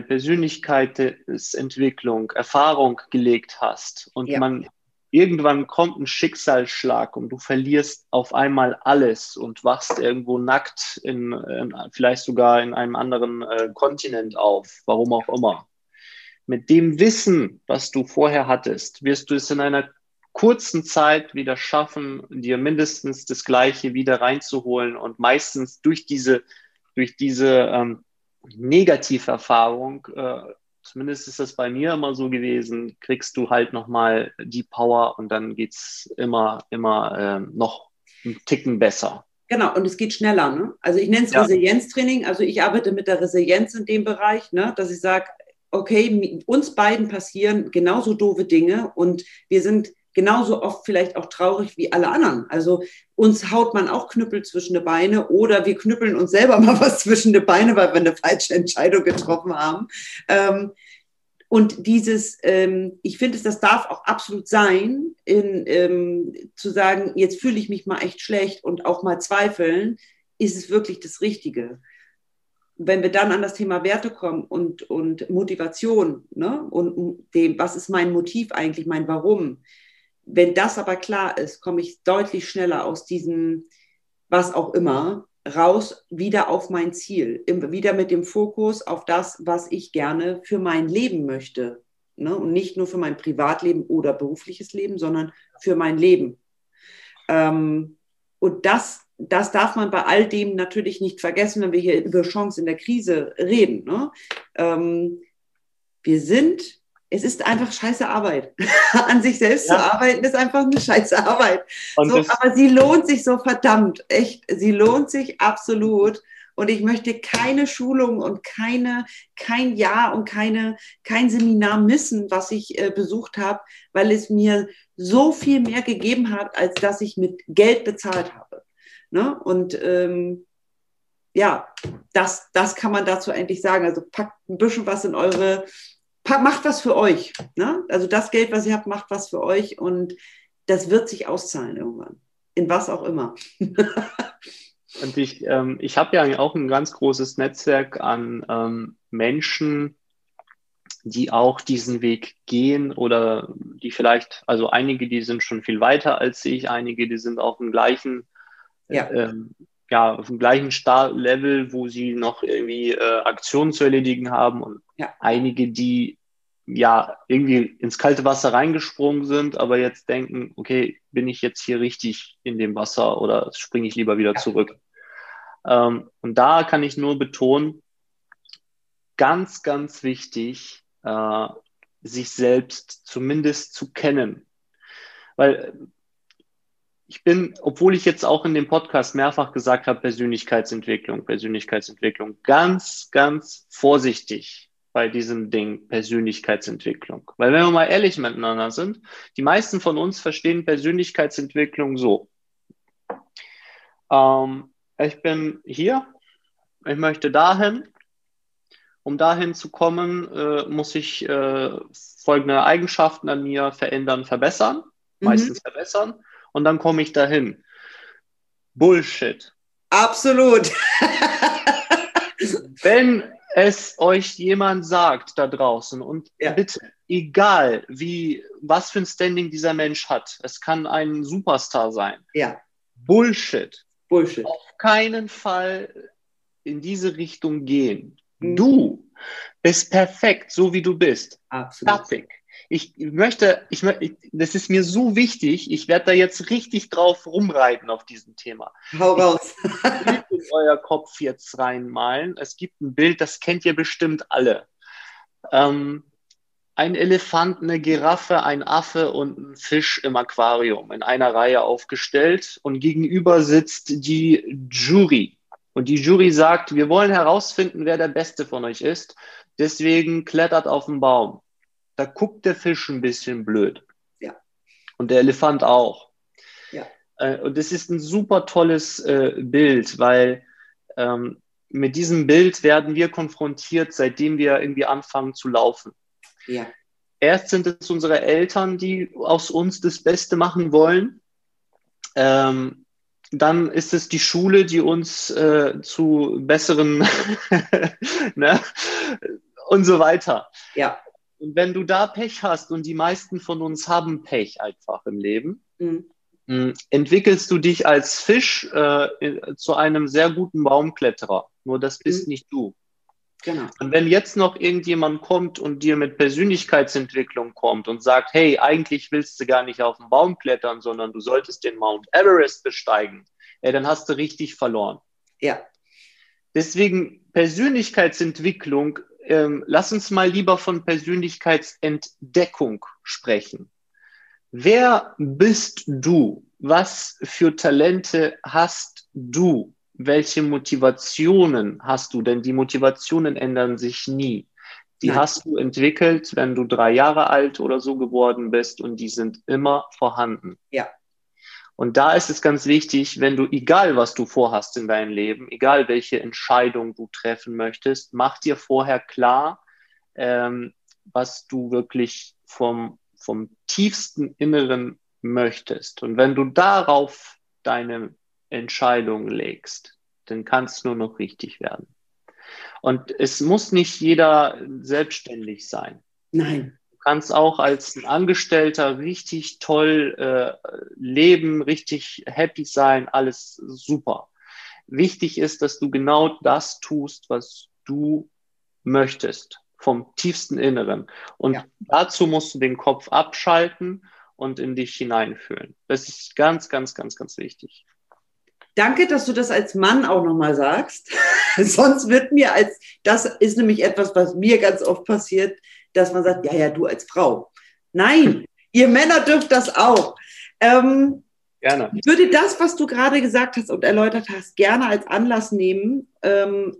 Persönlichkeitsentwicklung, Erfahrung gelegt hast und ja. man irgendwann kommt ein Schicksalsschlag und du verlierst auf einmal alles und wachst irgendwo nackt in, in vielleicht sogar in einem anderen äh, Kontinent auf, warum auch immer. Mit dem Wissen, was du vorher hattest, wirst du es in einer kurzen Zeit wieder schaffen, dir mindestens das Gleiche wieder reinzuholen und meistens durch diese, durch diese ähm, Negativerfahrung, äh, zumindest ist das bei mir immer so gewesen, kriegst du halt nochmal die Power und dann geht es immer, immer äh, noch einen Ticken besser. Genau, und es geht schneller. Ne? Also ich nenne es ja. Resilienztraining, also ich arbeite mit der Resilienz in dem Bereich, ne? Dass ich sage, okay, uns beiden passieren genauso doofe Dinge und wir sind genauso oft vielleicht auch traurig wie alle anderen. Also uns haut man auch Knüppel zwischen die Beine oder wir knüppeln uns selber mal was zwischen die Beine, weil wir eine falsche Entscheidung getroffen haben. Ähm, und dieses, ähm, ich finde, das darf auch absolut sein, in, ähm, zu sagen, jetzt fühle ich mich mal echt schlecht und auch mal zweifeln, ist es wirklich das Richtige. Wenn wir dann an das Thema Werte kommen und, und Motivation, ne? Und dem, was ist mein Motiv eigentlich, mein Warum, wenn das aber klar ist, komme ich deutlich schneller aus diesem, was auch immer, raus, wieder auf mein Ziel. Wieder mit dem Fokus auf das, was ich gerne für mein Leben möchte. Ne? Und nicht nur für mein Privatleben oder berufliches Leben, sondern für mein Leben. Ähm, und das, das darf man bei all dem natürlich nicht vergessen, wenn wir hier über Chance in der Krise reden. Ne? Ähm, wir sind... Es ist einfach scheiße Arbeit. An sich selbst ja. zu arbeiten ist einfach eine scheiße Arbeit. So, aber sie lohnt sich so verdammt. Echt, sie lohnt sich absolut. Und ich möchte keine Schulung und keine, kein Jahr und keine, kein Seminar missen, was ich äh, besucht habe, weil es mir so viel mehr gegeben hat, als dass ich mit Geld bezahlt habe. Ne? Und ähm, ja, das, das kann man dazu eigentlich sagen. Also packt ein bisschen was in eure... Macht was für euch. Ne? Also das Geld, was ihr habt, macht was für euch und das wird sich auszahlen irgendwann. In was auch immer. Und ich, ähm, ich habe ja auch ein ganz großes Netzwerk an ähm, Menschen, die auch diesen Weg gehen oder die vielleicht, also einige, die sind schon viel weiter als ich, einige, die sind auf dem gleichen, ja. ähm, ja, auf dem gleichen Startlevel, wo sie noch irgendwie äh, Aktionen zu erledigen haben und ja. einige, die ja irgendwie ins kalte Wasser reingesprungen sind, aber jetzt denken, okay, bin ich jetzt hier richtig in dem Wasser oder springe ich lieber wieder ja. zurück? Ähm, und da kann ich nur betonen, ganz, ganz wichtig, äh, sich selbst zumindest zu kennen. Weil ich bin, obwohl ich jetzt auch in dem Podcast mehrfach gesagt habe, Persönlichkeitsentwicklung, Persönlichkeitsentwicklung, ganz, ganz vorsichtig bei diesem Ding Persönlichkeitsentwicklung. Weil wenn wir mal ehrlich miteinander sind, die meisten von uns verstehen Persönlichkeitsentwicklung so. Ähm, ich bin hier, ich möchte dahin. Um dahin zu kommen, äh, muss ich äh, folgende Eigenschaften an mir verändern, verbessern, Mhm. meistens verbessern, und dann komme ich dahin. Bullshit. Absolut. Wenn es euch jemand sagt da draußen, und Ja. bitte, egal wie, was für ein Standing dieser Mensch hat, es kann ein Superstar sein. Ja. Bullshit. Bullshit. Auf keinen Fall in diese Richtung gehen. Mhm. Du bist perfekt, so wie du bist. Absolut. Fertig. Ich möchte, ich, ich, das ist mir so wichtig, ich werde da jetzt richtig drauf rumreiten auf diesem Thema. Hau raus. Ich will ein Bild in euer Kopf jetzt reinmalen. Es gibt ein Bild, das kennt ihr bestimmt alle. Ähm, ein Elefant, eine Giraffe, ein Affe und ein Fisch im Aquarium in einer Reihe aufgestellt, und gegenüber sitzt die Jury. Und die Jury sagt, wir wollen herausfinden, wer der Beste von euch ist. Deswegen klettert auf den Baum. Da guckt der Fisch ein bisschen blöd. Ja. Und der Elefant auch. Ja. Äh, und das ist ein super tolles äh, Bild, weil ähm, mit diesem Bild werden wir konfrontiert, seitdem wir irgendwie anfangen zu laufen. Ja. Erst sind es unsere Eltern, die aus uns das Beste machen wollen. Ähm, dann ist es die Schule, die uns äh, zu besseren ne? und so weiter. Ja. Und wenn du da Pech hast, und die meisten von uns haben Pech einfach im Leben, mhm. entwickelst du dich als Fisch äh, zu einem sehr guten Baumkletterer. Nur das bist mhm. nicht du. Genau. Und wenn jetzt noch irgendjemand kommt und dir mit Persönlichkeitsentwicklung kommt und sagt, hey, eigentlich willst du gar nicht auf den Baum klettern, sondern du solltest den Mount Everest besteigen, ey, dann hast du richtig verloren. Ja. Deswegen Persönlichkeitsentwicklung, ähm, lass uns mal lieber von Persönlichkeitsentdeckung sprechen. Wer bist du? Was für Talente hast du? Welche Motivationen hast du? Denn die Motivationen ändern sich nie. Die Nein. hast du entwickelt, wenn du drei Jahre alt oder so geworden bist, und die sind immer vorhanden. Ja. Und da ist es ganz wichtig, wenn du, egal was du vorhast in deinem Leben, egal welche Entscheidung du treffen möchtest, mach dir vorher klar, ähm, was du wirklich vom, vom tiefsten Inneren möchtest. Und wenn du darauf deine Entscheidung legst, dann kann es nur noch richtig werden. Und es muss nicht jeder selbstständig sein. Nein. Du kannst auch als ein Angestellter richtig toll äh, leben, richtig happy sein, alles super. Wichtig ist, dass du genau das tust, was du möchtest, vom tiefsten Inneren. Und ja. dazu musst du den Kopf abschalten und in dich hineinfühlen. Das ist ganz, ganz, ganz, ganz wichtig. Danke, dass du das als Mann auch nochmal sagst. Sonst wird mir als, das ist nämlich etwas, was mir ganz oft passiert, dass man sagt, ja, ja, du als Frau. Nein, ihr Männer dürft das auch. Ähm, gerne. Ich würde das, was du gerade gesagt hast und erläutert hast, gerne als Anlass nehmen, ähm,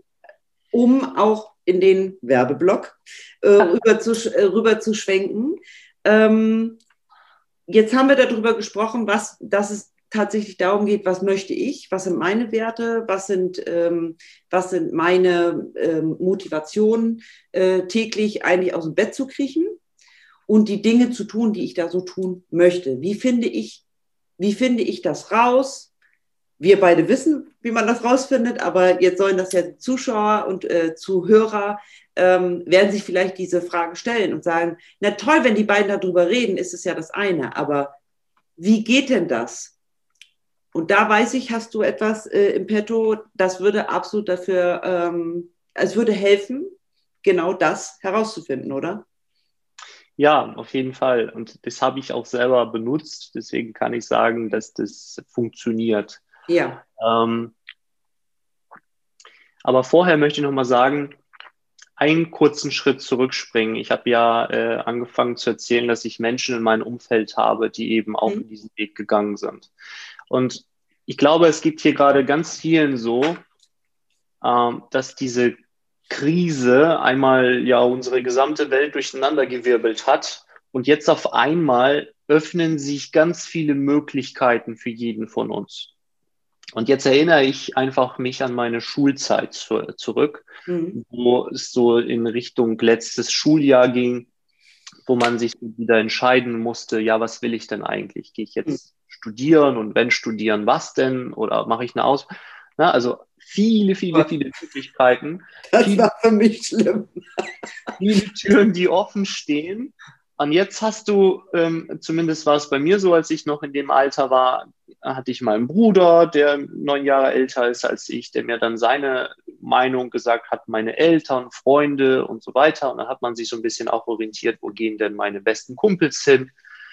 um auch in den Werbeblock äh, rüber, zu, äh, rüber zu schwenken. Ähm, jetzt haben wir darüber gesprochen, was, dass es tatsächlich darum geht, was möchte ich, was sind meine Werte, was sind, ähm, was sind meine ähm, Motivationen, äh, täglich eigentlich aus dem Bett zu kriechen und die Dinge zu tun, die ich da so tun möchte. Wie finde ich, wie finde ich das raus? Wir beide wissen, wie man das rausfindet, aber jetzt sollen das ja die Zuschauer und äh, Zuhörer ähm, werden sich vielleicht diese Frage stellen und sagen, na toll, wenn die beiden darüber reden, ist es ja das eine, aber wie geht denn das? Und da weiß ich, hast du etwas äh, im Petto, das würde absolut dafür, ähm, es würde helfen, genau das herauszufinden, oder? Ja, auf jeden Fall. Und das habe ich auch selber benutzt. Deswegen kann ich sagen, dass das funktioniert. Ja. Ähm, aber vorher möchte ich noch mal sagen, einen kurzen Schritt zurückspringen. Ich habe ja äh, angefangen zu erzählen, dass ich Menschen in meinem Umfeld habe, die eben auch mhm. in diesen Weg gegangen sind. Und ich glaube, es gibt hier gerade ganz vielen so, ähm, dass diese Krise einmal ja unsere gesamte Welt durcheinandergewirbelt hat. Und jetzt auf einmal öffnen sich ganz viele Möglichkeiten für jeden von uns. Und jetzt erinnere ich einfach mich an meine Schulzeit zu, zurück, mhm. wo es so in Richtung letztes Schuljahr ging, wo man sich wieder entscheiden musste, ja, was will ich denn eigentlich? Gehe ich jetzt mhm. studieren und wenn studieren, was denn? Oder mache ich eine Ausbildung? Na, also viele, viele, viele Möglichkeiten. Das viele, war für mich schlimm. Viele Türen, die offen stehen. Und jetzt hast du, ähm, zumindest war es bei mir so, als ich noch in dem Alter war, hatte ich meinen Bruder, der neun Jahre älter ist als ich, der mir dann seine Meinung gesagt hat, meine Eltern, Freunde und so weiter. Und dann hat man sich so ein bisschen auch orientiert, wo gehen denn meine besten Kumpels hin?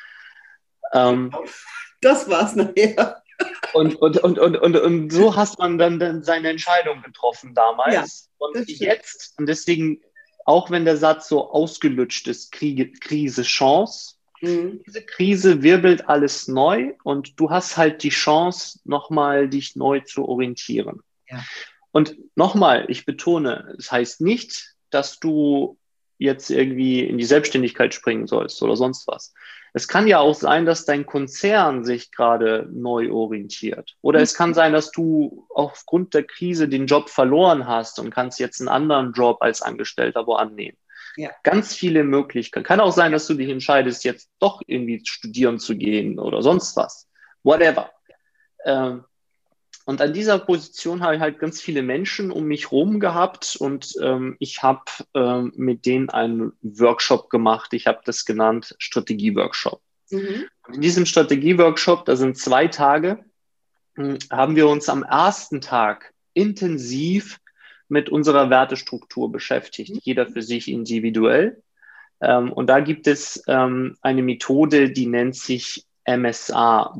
Ähm, das war's nachher. Und, und, und, und, und, und so hast man dann, dann seine Entscheidung getroffen damals. Ja, und jetzt, und deswegen, auch wenn der Satz so ausgelutscht ist, Kriege, Krise, Chance, mhm. diese Krise wirbelt alles neu und du hast halt die Chance, nochmal dich neu zu orientieren. Ja. Und nochmal, ich betone, es heißt nicht, dass du jetzt irgendwie in die Selbstständigkeit springen sollst oder sonst was. Es kann ja auch sein, dass dein Konzern sich gerade neu orientiert. Oder mhm. es kann sein, dass du aufgrund der Krise den Job verloren hast und kannst jetzt einen anderen Job als Angestellter wo annehmen. Ja. Ganz viele Möglichkeiten. Kann auch sein, dass du dich entscheidest, jetzt doch irgendwie studieren zu gehen oder sonst was. Whatever. Ähm, Und an dieser Position habe ich halt ganz viele Menschen um mich rum gehabt und ähm, ich habe ähm, mit denen einen Workshop gemacht. Ich habe das genannt Strategie-Workshop. Mhm. Und in diesem Strategie-Workshop, da sind zwei Tage, mh, haben wir uns am ersten Tag intensiv mit unserer Wertestruktur beschäftigt, mhm. jeder für sich individuell. Ähm, und da gibt es ähm, eine Methode, die nennt sich M S A,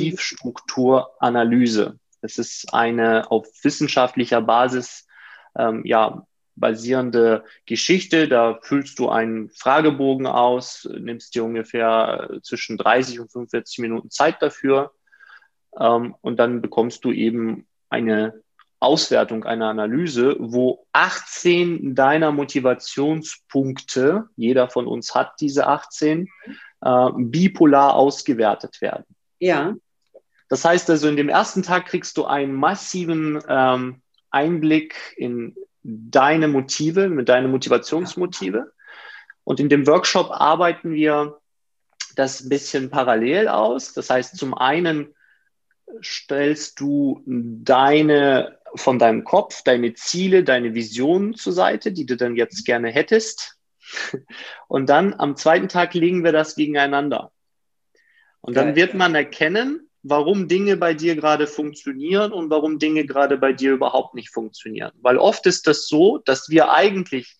Motivstrukturanalyse. Es ist eine auf wissenschaftlicher Basis ähm, ja, basierende Geschichte. Da füllst du einen Fragebogen aus, nimmst dir ungefähr zwischen dreißig und fünfundvierzig Minuten Zeit dafür ähm, und dann bekommst du eben eine Auswertung, eine Analyse, wo achtzehn deiner Motivationspunkte, jeder von uns hat diese achtzehn, äh, bipolar ausgewertet werden. Ja. Das heißt also, in dem ersten Tag kriegst du einen massiven ähm, Einblick in deine Motive, mit deinen Motivationsmotive. Und in dem Workshop arbeiten wir das ein bisschen parallel aus. Das heißt, zum einen stellst du deine, von deinem Kopf, deine Ziele, deine Visionen zur Seite, die du dann jetzt gerne hättest. Und dann am zweiten Tag legen wir das gegeneinander. Und dann wird man erkennen, warum Dinge bei dir gerade funktionieren und warum Dinge gerade bei dir überhaupt nicht funktionieren. Weil oft ist das so, dass wir eigentlich,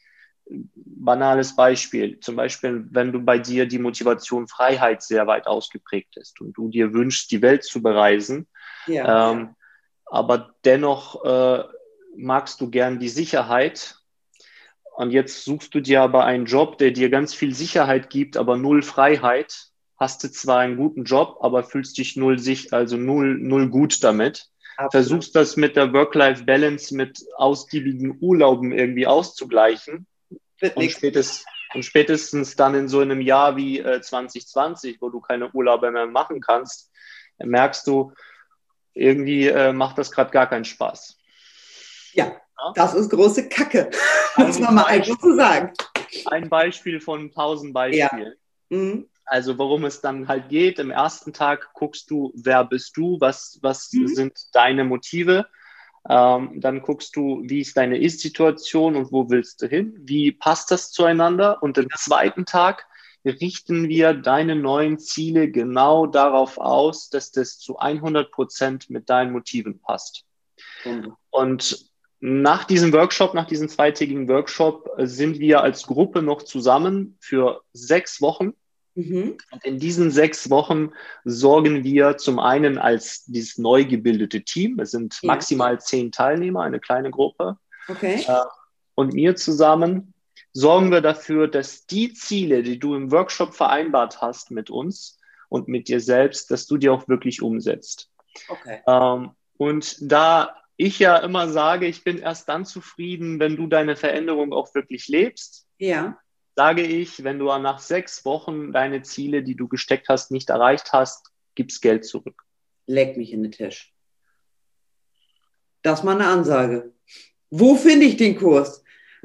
banales Beispiel, zum Beispiel, wenn du bei dir die Motivation Freiheit sehr weit ausgeprägt ist und du dir wünschst, die Welt zu bereisen, ja, ähm, ja. aber dennoch äh, magst du gern die Sicherheit und jetzt suchst du dir aber einen Job, der dir ganz viel Sicherheit gibt, aber null Freiheit. Hast du zwar einen guten Job, aber fühlst dich null sich, also null, null gut damit. Absolut. Versuchst das mit der Work-Life-Balance, mit ausgiebigen Urlauben irgendwie auszugleichen. Und spätestens, und spätestens dann in so einem Jahr wie äh, zwanzig zwanzig, wo du keine Urlaube mehr machen kannst, merkst du, irgendwie äh, macht das gerade gar keinen Spaß. Ja, ja, das ist große Kacke, muss man mal einfach so sagen. Ein Beispiel von tausend Beispielen. Ja. Mhm. Also worum es dann halt geht, im ersten Tag guckst du, wer bist du, was, was mhm. sind deine Motive, ähm, dann guckst du, wie ist deine Ist-Situation und wo willst du hin, wie passt das zueinander und im zweiten Tag richten wir deine neuen Ziele genau darauf aus, dass das zu hundert Prozent mit deinen Motiven passt. Mhm. Und nach diesem Workshop, nach diesem zweitägigen Workshop sind wir als Gruppe noch zusammen für sechs Wochen. Mhm. Und in diesen sechs Wochen sorgen wir zum einen als dieses neu gebildete Team, es sind ja. maximal zehn Teilnehmer, eine kleine Gruppe, okay. äh, und mir zusammen sorgen wir dafür, dass die Ziele, die du im Workshop vereinbart hast mit uns und mit dir selbst, dass du die auch wirklich umsetzt. Okay. Ähm, und da ich ja immer sage, ich bin erst dann zufrieden, wenn du deine Veränderung auch wirklich lebst, Ja. sage ich, wenn du nach sechs Wochen deine Ziele, die du gesteckt hast, nicht erreicht hast, gib's Geld zurück. Leck mich in den Tisch. Das ist mal eine Ansage. Wo finde ich den Kurs?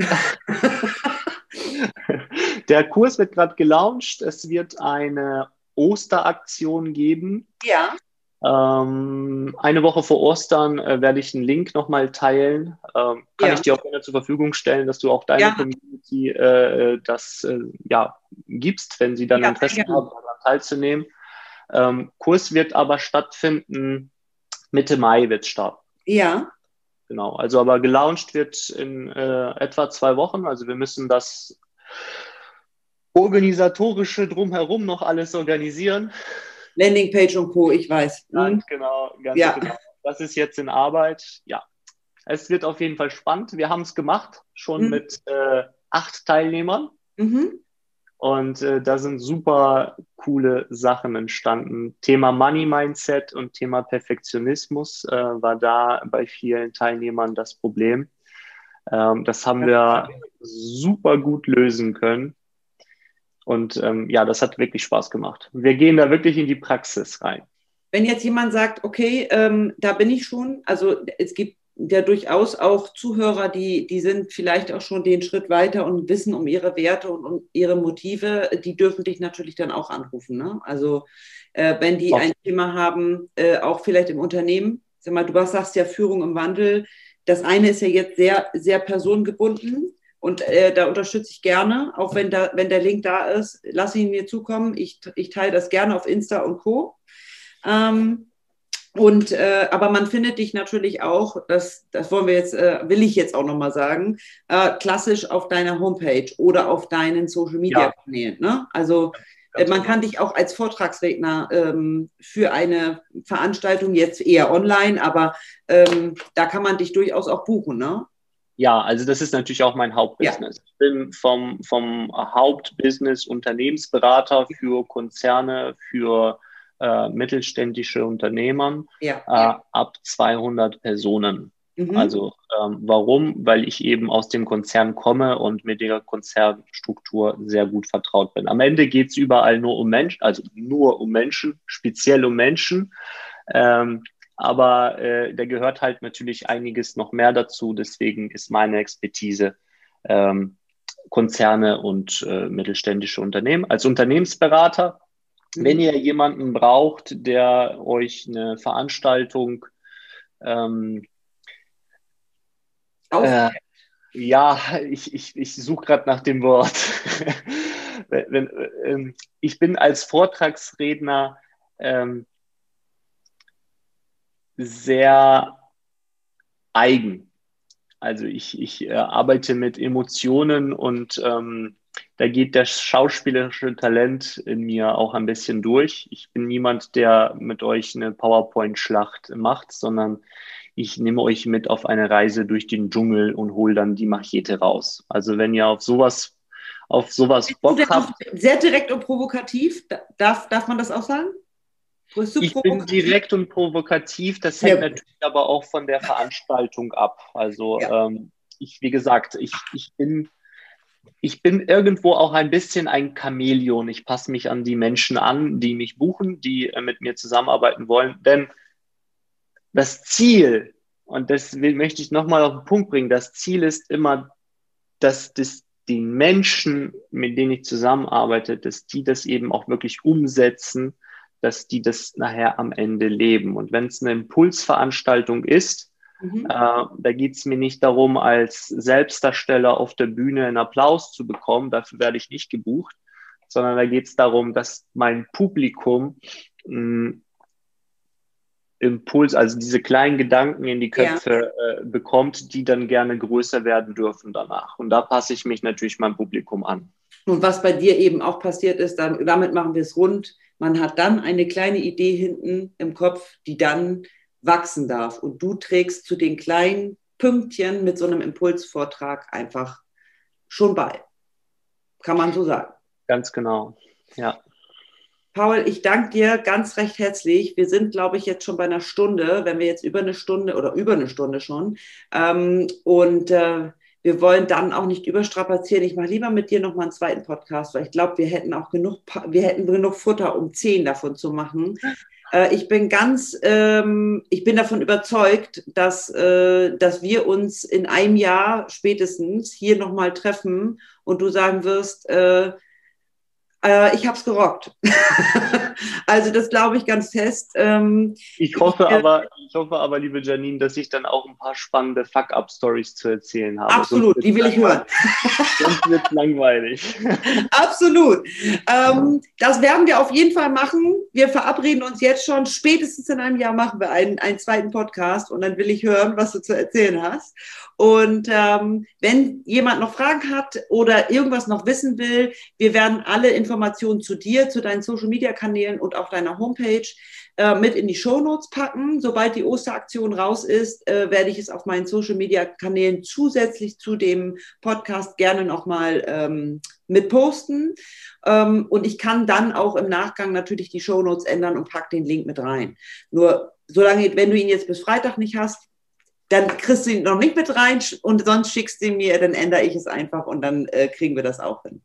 Der Kurs wird gerade gelauncht. Es wird eine Osteraktion geben. Ja. Ähm, eine Woche vor Ostern äh, werde ich einen Link nochmal teilen. Ähm, kann Ja. ich dir auch gerne zur Verfügung stellen, dass du auch deine Ja. Community äh, das äh, ja, gibst, wenn sie dann Ja, Interesse sehr gerne. haben, daran teilzunehmen. Ähm, Kurs wird aber stattfinden, Mitte Mai wird es starten. Ja. Genau, also aber gelauncht wird in äh, etwa zwei Wochen. Also wir müssen das Organisatorische drumherum noch alles organisieren. Landingpage und Co., ich weiß. Mhm. Ganz genau, ganz Ja. genau. Das ist jetzt in Arbeit. Ja, es wird auf jeden Fall spannend. Wir haben es gemacht, schon Mhm. mit äh, acht Teilnehmern. Mhm. Und äh, da sind super coole Sachen entstanden. Thema Money Mindset und Thema Perfektionismus äh, war da bei vielen Teilnehmern das Problem. Ähm, das haben wir super gut lösen können. Und ähm, ja, das hat wirklich Spaß gemacht. Wir gehen da wirklich in die Praxis rein. Wenn jetzt jemand sagt, okay, ähm, da bin ich schon, also es gibt ja durchaus auch Zuhörer, die, die sind vielleicht auch schon den Schritt weiter und wissen um ihre Werte und um ihre Motive, die dürfen dich natürlich dann auch anrufen. Ne? Also äh, wenn die ein Thema haben, äh, auch vielleicht im Unternehmen, sag mal, du sagst ja Führung im Wandel, das eine ist ja jetzt sehr, sehr personengebunden. Und äh, da unterstütze ich gerne, auch wenn, da, wenn der Link da ist, lass ihn mir zukommen. Ich, ich teile das gerne auf Insta und Co. Ähm, und, äh, aber man findet dich natürlich auch, das, das wollen wir jetzt, äh, will ich jetzt auch nochmal sagen, äh, klassisch auf deiner Homepage oder auf deinen Social Media Kanälen. Ne? Also äh, man kann dich auch als Vortragsredner ähm, für eine Veranstaltung jetzt eher online, aber ähm, da kann man dich durchaus auch buchen, ne? Ja, also das ist natürlich auch mein Hauptbusiness. Ja. Ich bin vom, vom Hauptbusiness Unternehmensberater für Konzerne, für äh, mittelständische Unternehmen ja. äh, ab zweihundert Personen. Mhm. Also ähm, warum? Weil ich eben aus dem Konzern komme und mit der Konzernstruktur sehr gut vertraut bin. Am Ende geht es überall nur um Menschen, also nur um Menschen, speziell um Menschen. Ähm, aber äh, da gehört halt natürlich einiges noch mehr dazu. Deswegen ist meine Expertise ähm, Konzerne und äh, mittelständische Unternehmen. Als Unternehmensberater, mhm. wenn ihr jemanden braucht, der euch eine Veranstaltung ähm, äh, ja, ich, ich, ich suche gerade nach dem Wort. wenn, wenn, ähm, ich bin als Vortragsredner ähm, sehr eigen. Also ich, ich äh, arbeite mit Emotionen und ähm, da geht das schauspielerische Talent in mir auch ein bisschen durch. Ich bin niemand, der mit euch eine PowerPoint-Schlacht macht, sondern ich nehme euch mit auf eine Reise durch den Dschungel und hole dann die Machete raus. Also wenn ihr auf sowas, auf sowas Bock habt. Sehr direkt und provokativ, darf, darf man das auch sagen? Ich bin direkt und provokativ, das hängt ja. natürlich aber auch von der Veranstaltung ab. Also ja. ähm, ich, wie gesagt, ich, ich, bin, ich bin irgendwo auch ein bisschen ein Chamäleon. Ich passe mich an die Menschen an, die mich buchen, die äh, mit mir zusammenarbeiten wollen. Denn das Ziel, und das will, möchte ich nochmal auf den Punkt bringen, das Ziel ist immer, dass das die Menschen, mit denen ich zusammenarbeite, dass die das eben auch wirklich umsetzen, dass die das nachher am Ende leben. Und wenn es eine Impulsveranstaltung ist, mhm. äh, da geht es mir nicht darum, als Selbstdarsteller auf der Bühne einen Applaus zu bekommen, dafür werde ich nicht gebucht, sondern da geht es darum, dass mein Publikum mh, Impuls, also diese kleinen Gedanken in die Köpfe ja. äh, bekommt, die dann gerne größer werden dürfen danach. Und da passe ich mich natürlich meinem Publikum an. Und was bei dir eben auch passiert ist, dann, damit machen wir es rund. Man hat dann eine kleine Idee hinten im Kopf, die dann wachsen darf. Und du trägst zu den kleinen Pünktchen mit so einem Impulsvortrag einfach schon bei. Kann man so sagen. Ganz genau, ja. Paul, ich danke dir ganz recht herzlich. Wir sind, glaube ich, jetzt schon bei einer Stunde, wenn wir jetzt über eine Stunde oder über eine Stunde schon. Ähm, und äh, wir wollen dann auch nicht überstrapazieren. Ich mache lieber mit dir nochmal einen zweiten Podcast, weil ich glaube, wir hätten auch genug, wir hätten genug Futter, um zehn davon zu machen. Äh, ich bin ganz, ähm, ich bin davon überzeugt, dass, äh, dass wir uns in einem Jahr spätestens hier nochmal treffen und du sagen wirst, äh, äh, ich habe es gerockt. Also das glaube ich ganz fest. Ähm, Ich hoffe ich, äh, aber, ich hoffe aber, liebe Janine, dass ich dann auch ein paar spannende Fuck-Up-Stories zu erzählen habe. Absolut, die will ich hören. Sonst wird es langweilig. Absolut. Ähm, das werden wir auf jeden Fall machen. Wir verabreden uns jetzt schon. Spätestens in einem Jahr machen wir einen, einen zweiten Podcast und dann will ich hören, was du zu erzählen hast. Und ähm, wenn jemand noch Fragen hat oder irgendwas noch wissen will, wir werden alle Informationen zu dir, zu deinen Social-Media-Kanälen und auch deiner Homepage äh, mit in die Shownotes packen. Sobald die Osteraktion raus ist, äh, werde ich es auf meinen Social-Media-Kanälen zusätzlich zu dem Podcast gerne nochmal ähm, mit posten. Ähm, und ich kann dann auch im Nachgang natürlich die Shownotes ändern und pack den Link mit rein. Nur solange, wenn du ihn jetzt bis Freitag nicht hast, dann kriegst du ihn noch nicht mit rein und sonst schickst du ihn mir, dann ändere ich es einfach und dann äh, kriegen wir das auch hin.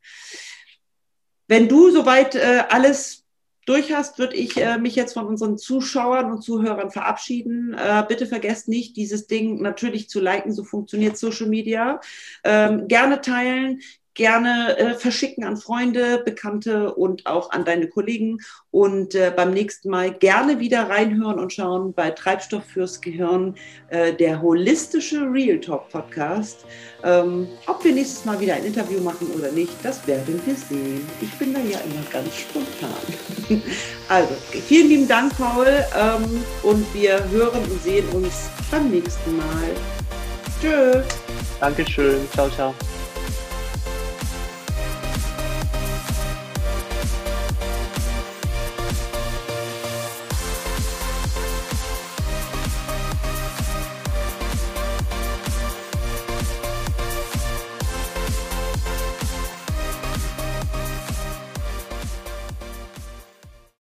Wenn du soweit äh, alles durch hast, würde ich äh, mich jetzt von unseren Zuschauern und Zuhörern verabschieden. Äh, bitte vergesst nicht, dieses Ding natürlich zu liken, so funktioniert Social Media. Ähm, gerne teilen, gerne äh, verschicken an Freunde, Bekannte und auch an deine Kollegen. Und äh, beim nächsten Mal gerne wieder reinhören und schauen bei Treibstoff fürs Gehirn, äh, der holistische Real Talk Podcast. Ähm, ob wir nächstes Mal wieder ein Interview machen oder nicht, das werden wir sehen. Ich bin da ja immer ganz spontan. Also, vielen lieben Dank, Paul. Ähm, und wir hören und sehen uns beim nächsten Mal. Tschö. Dankeschön. Ciao, ciao.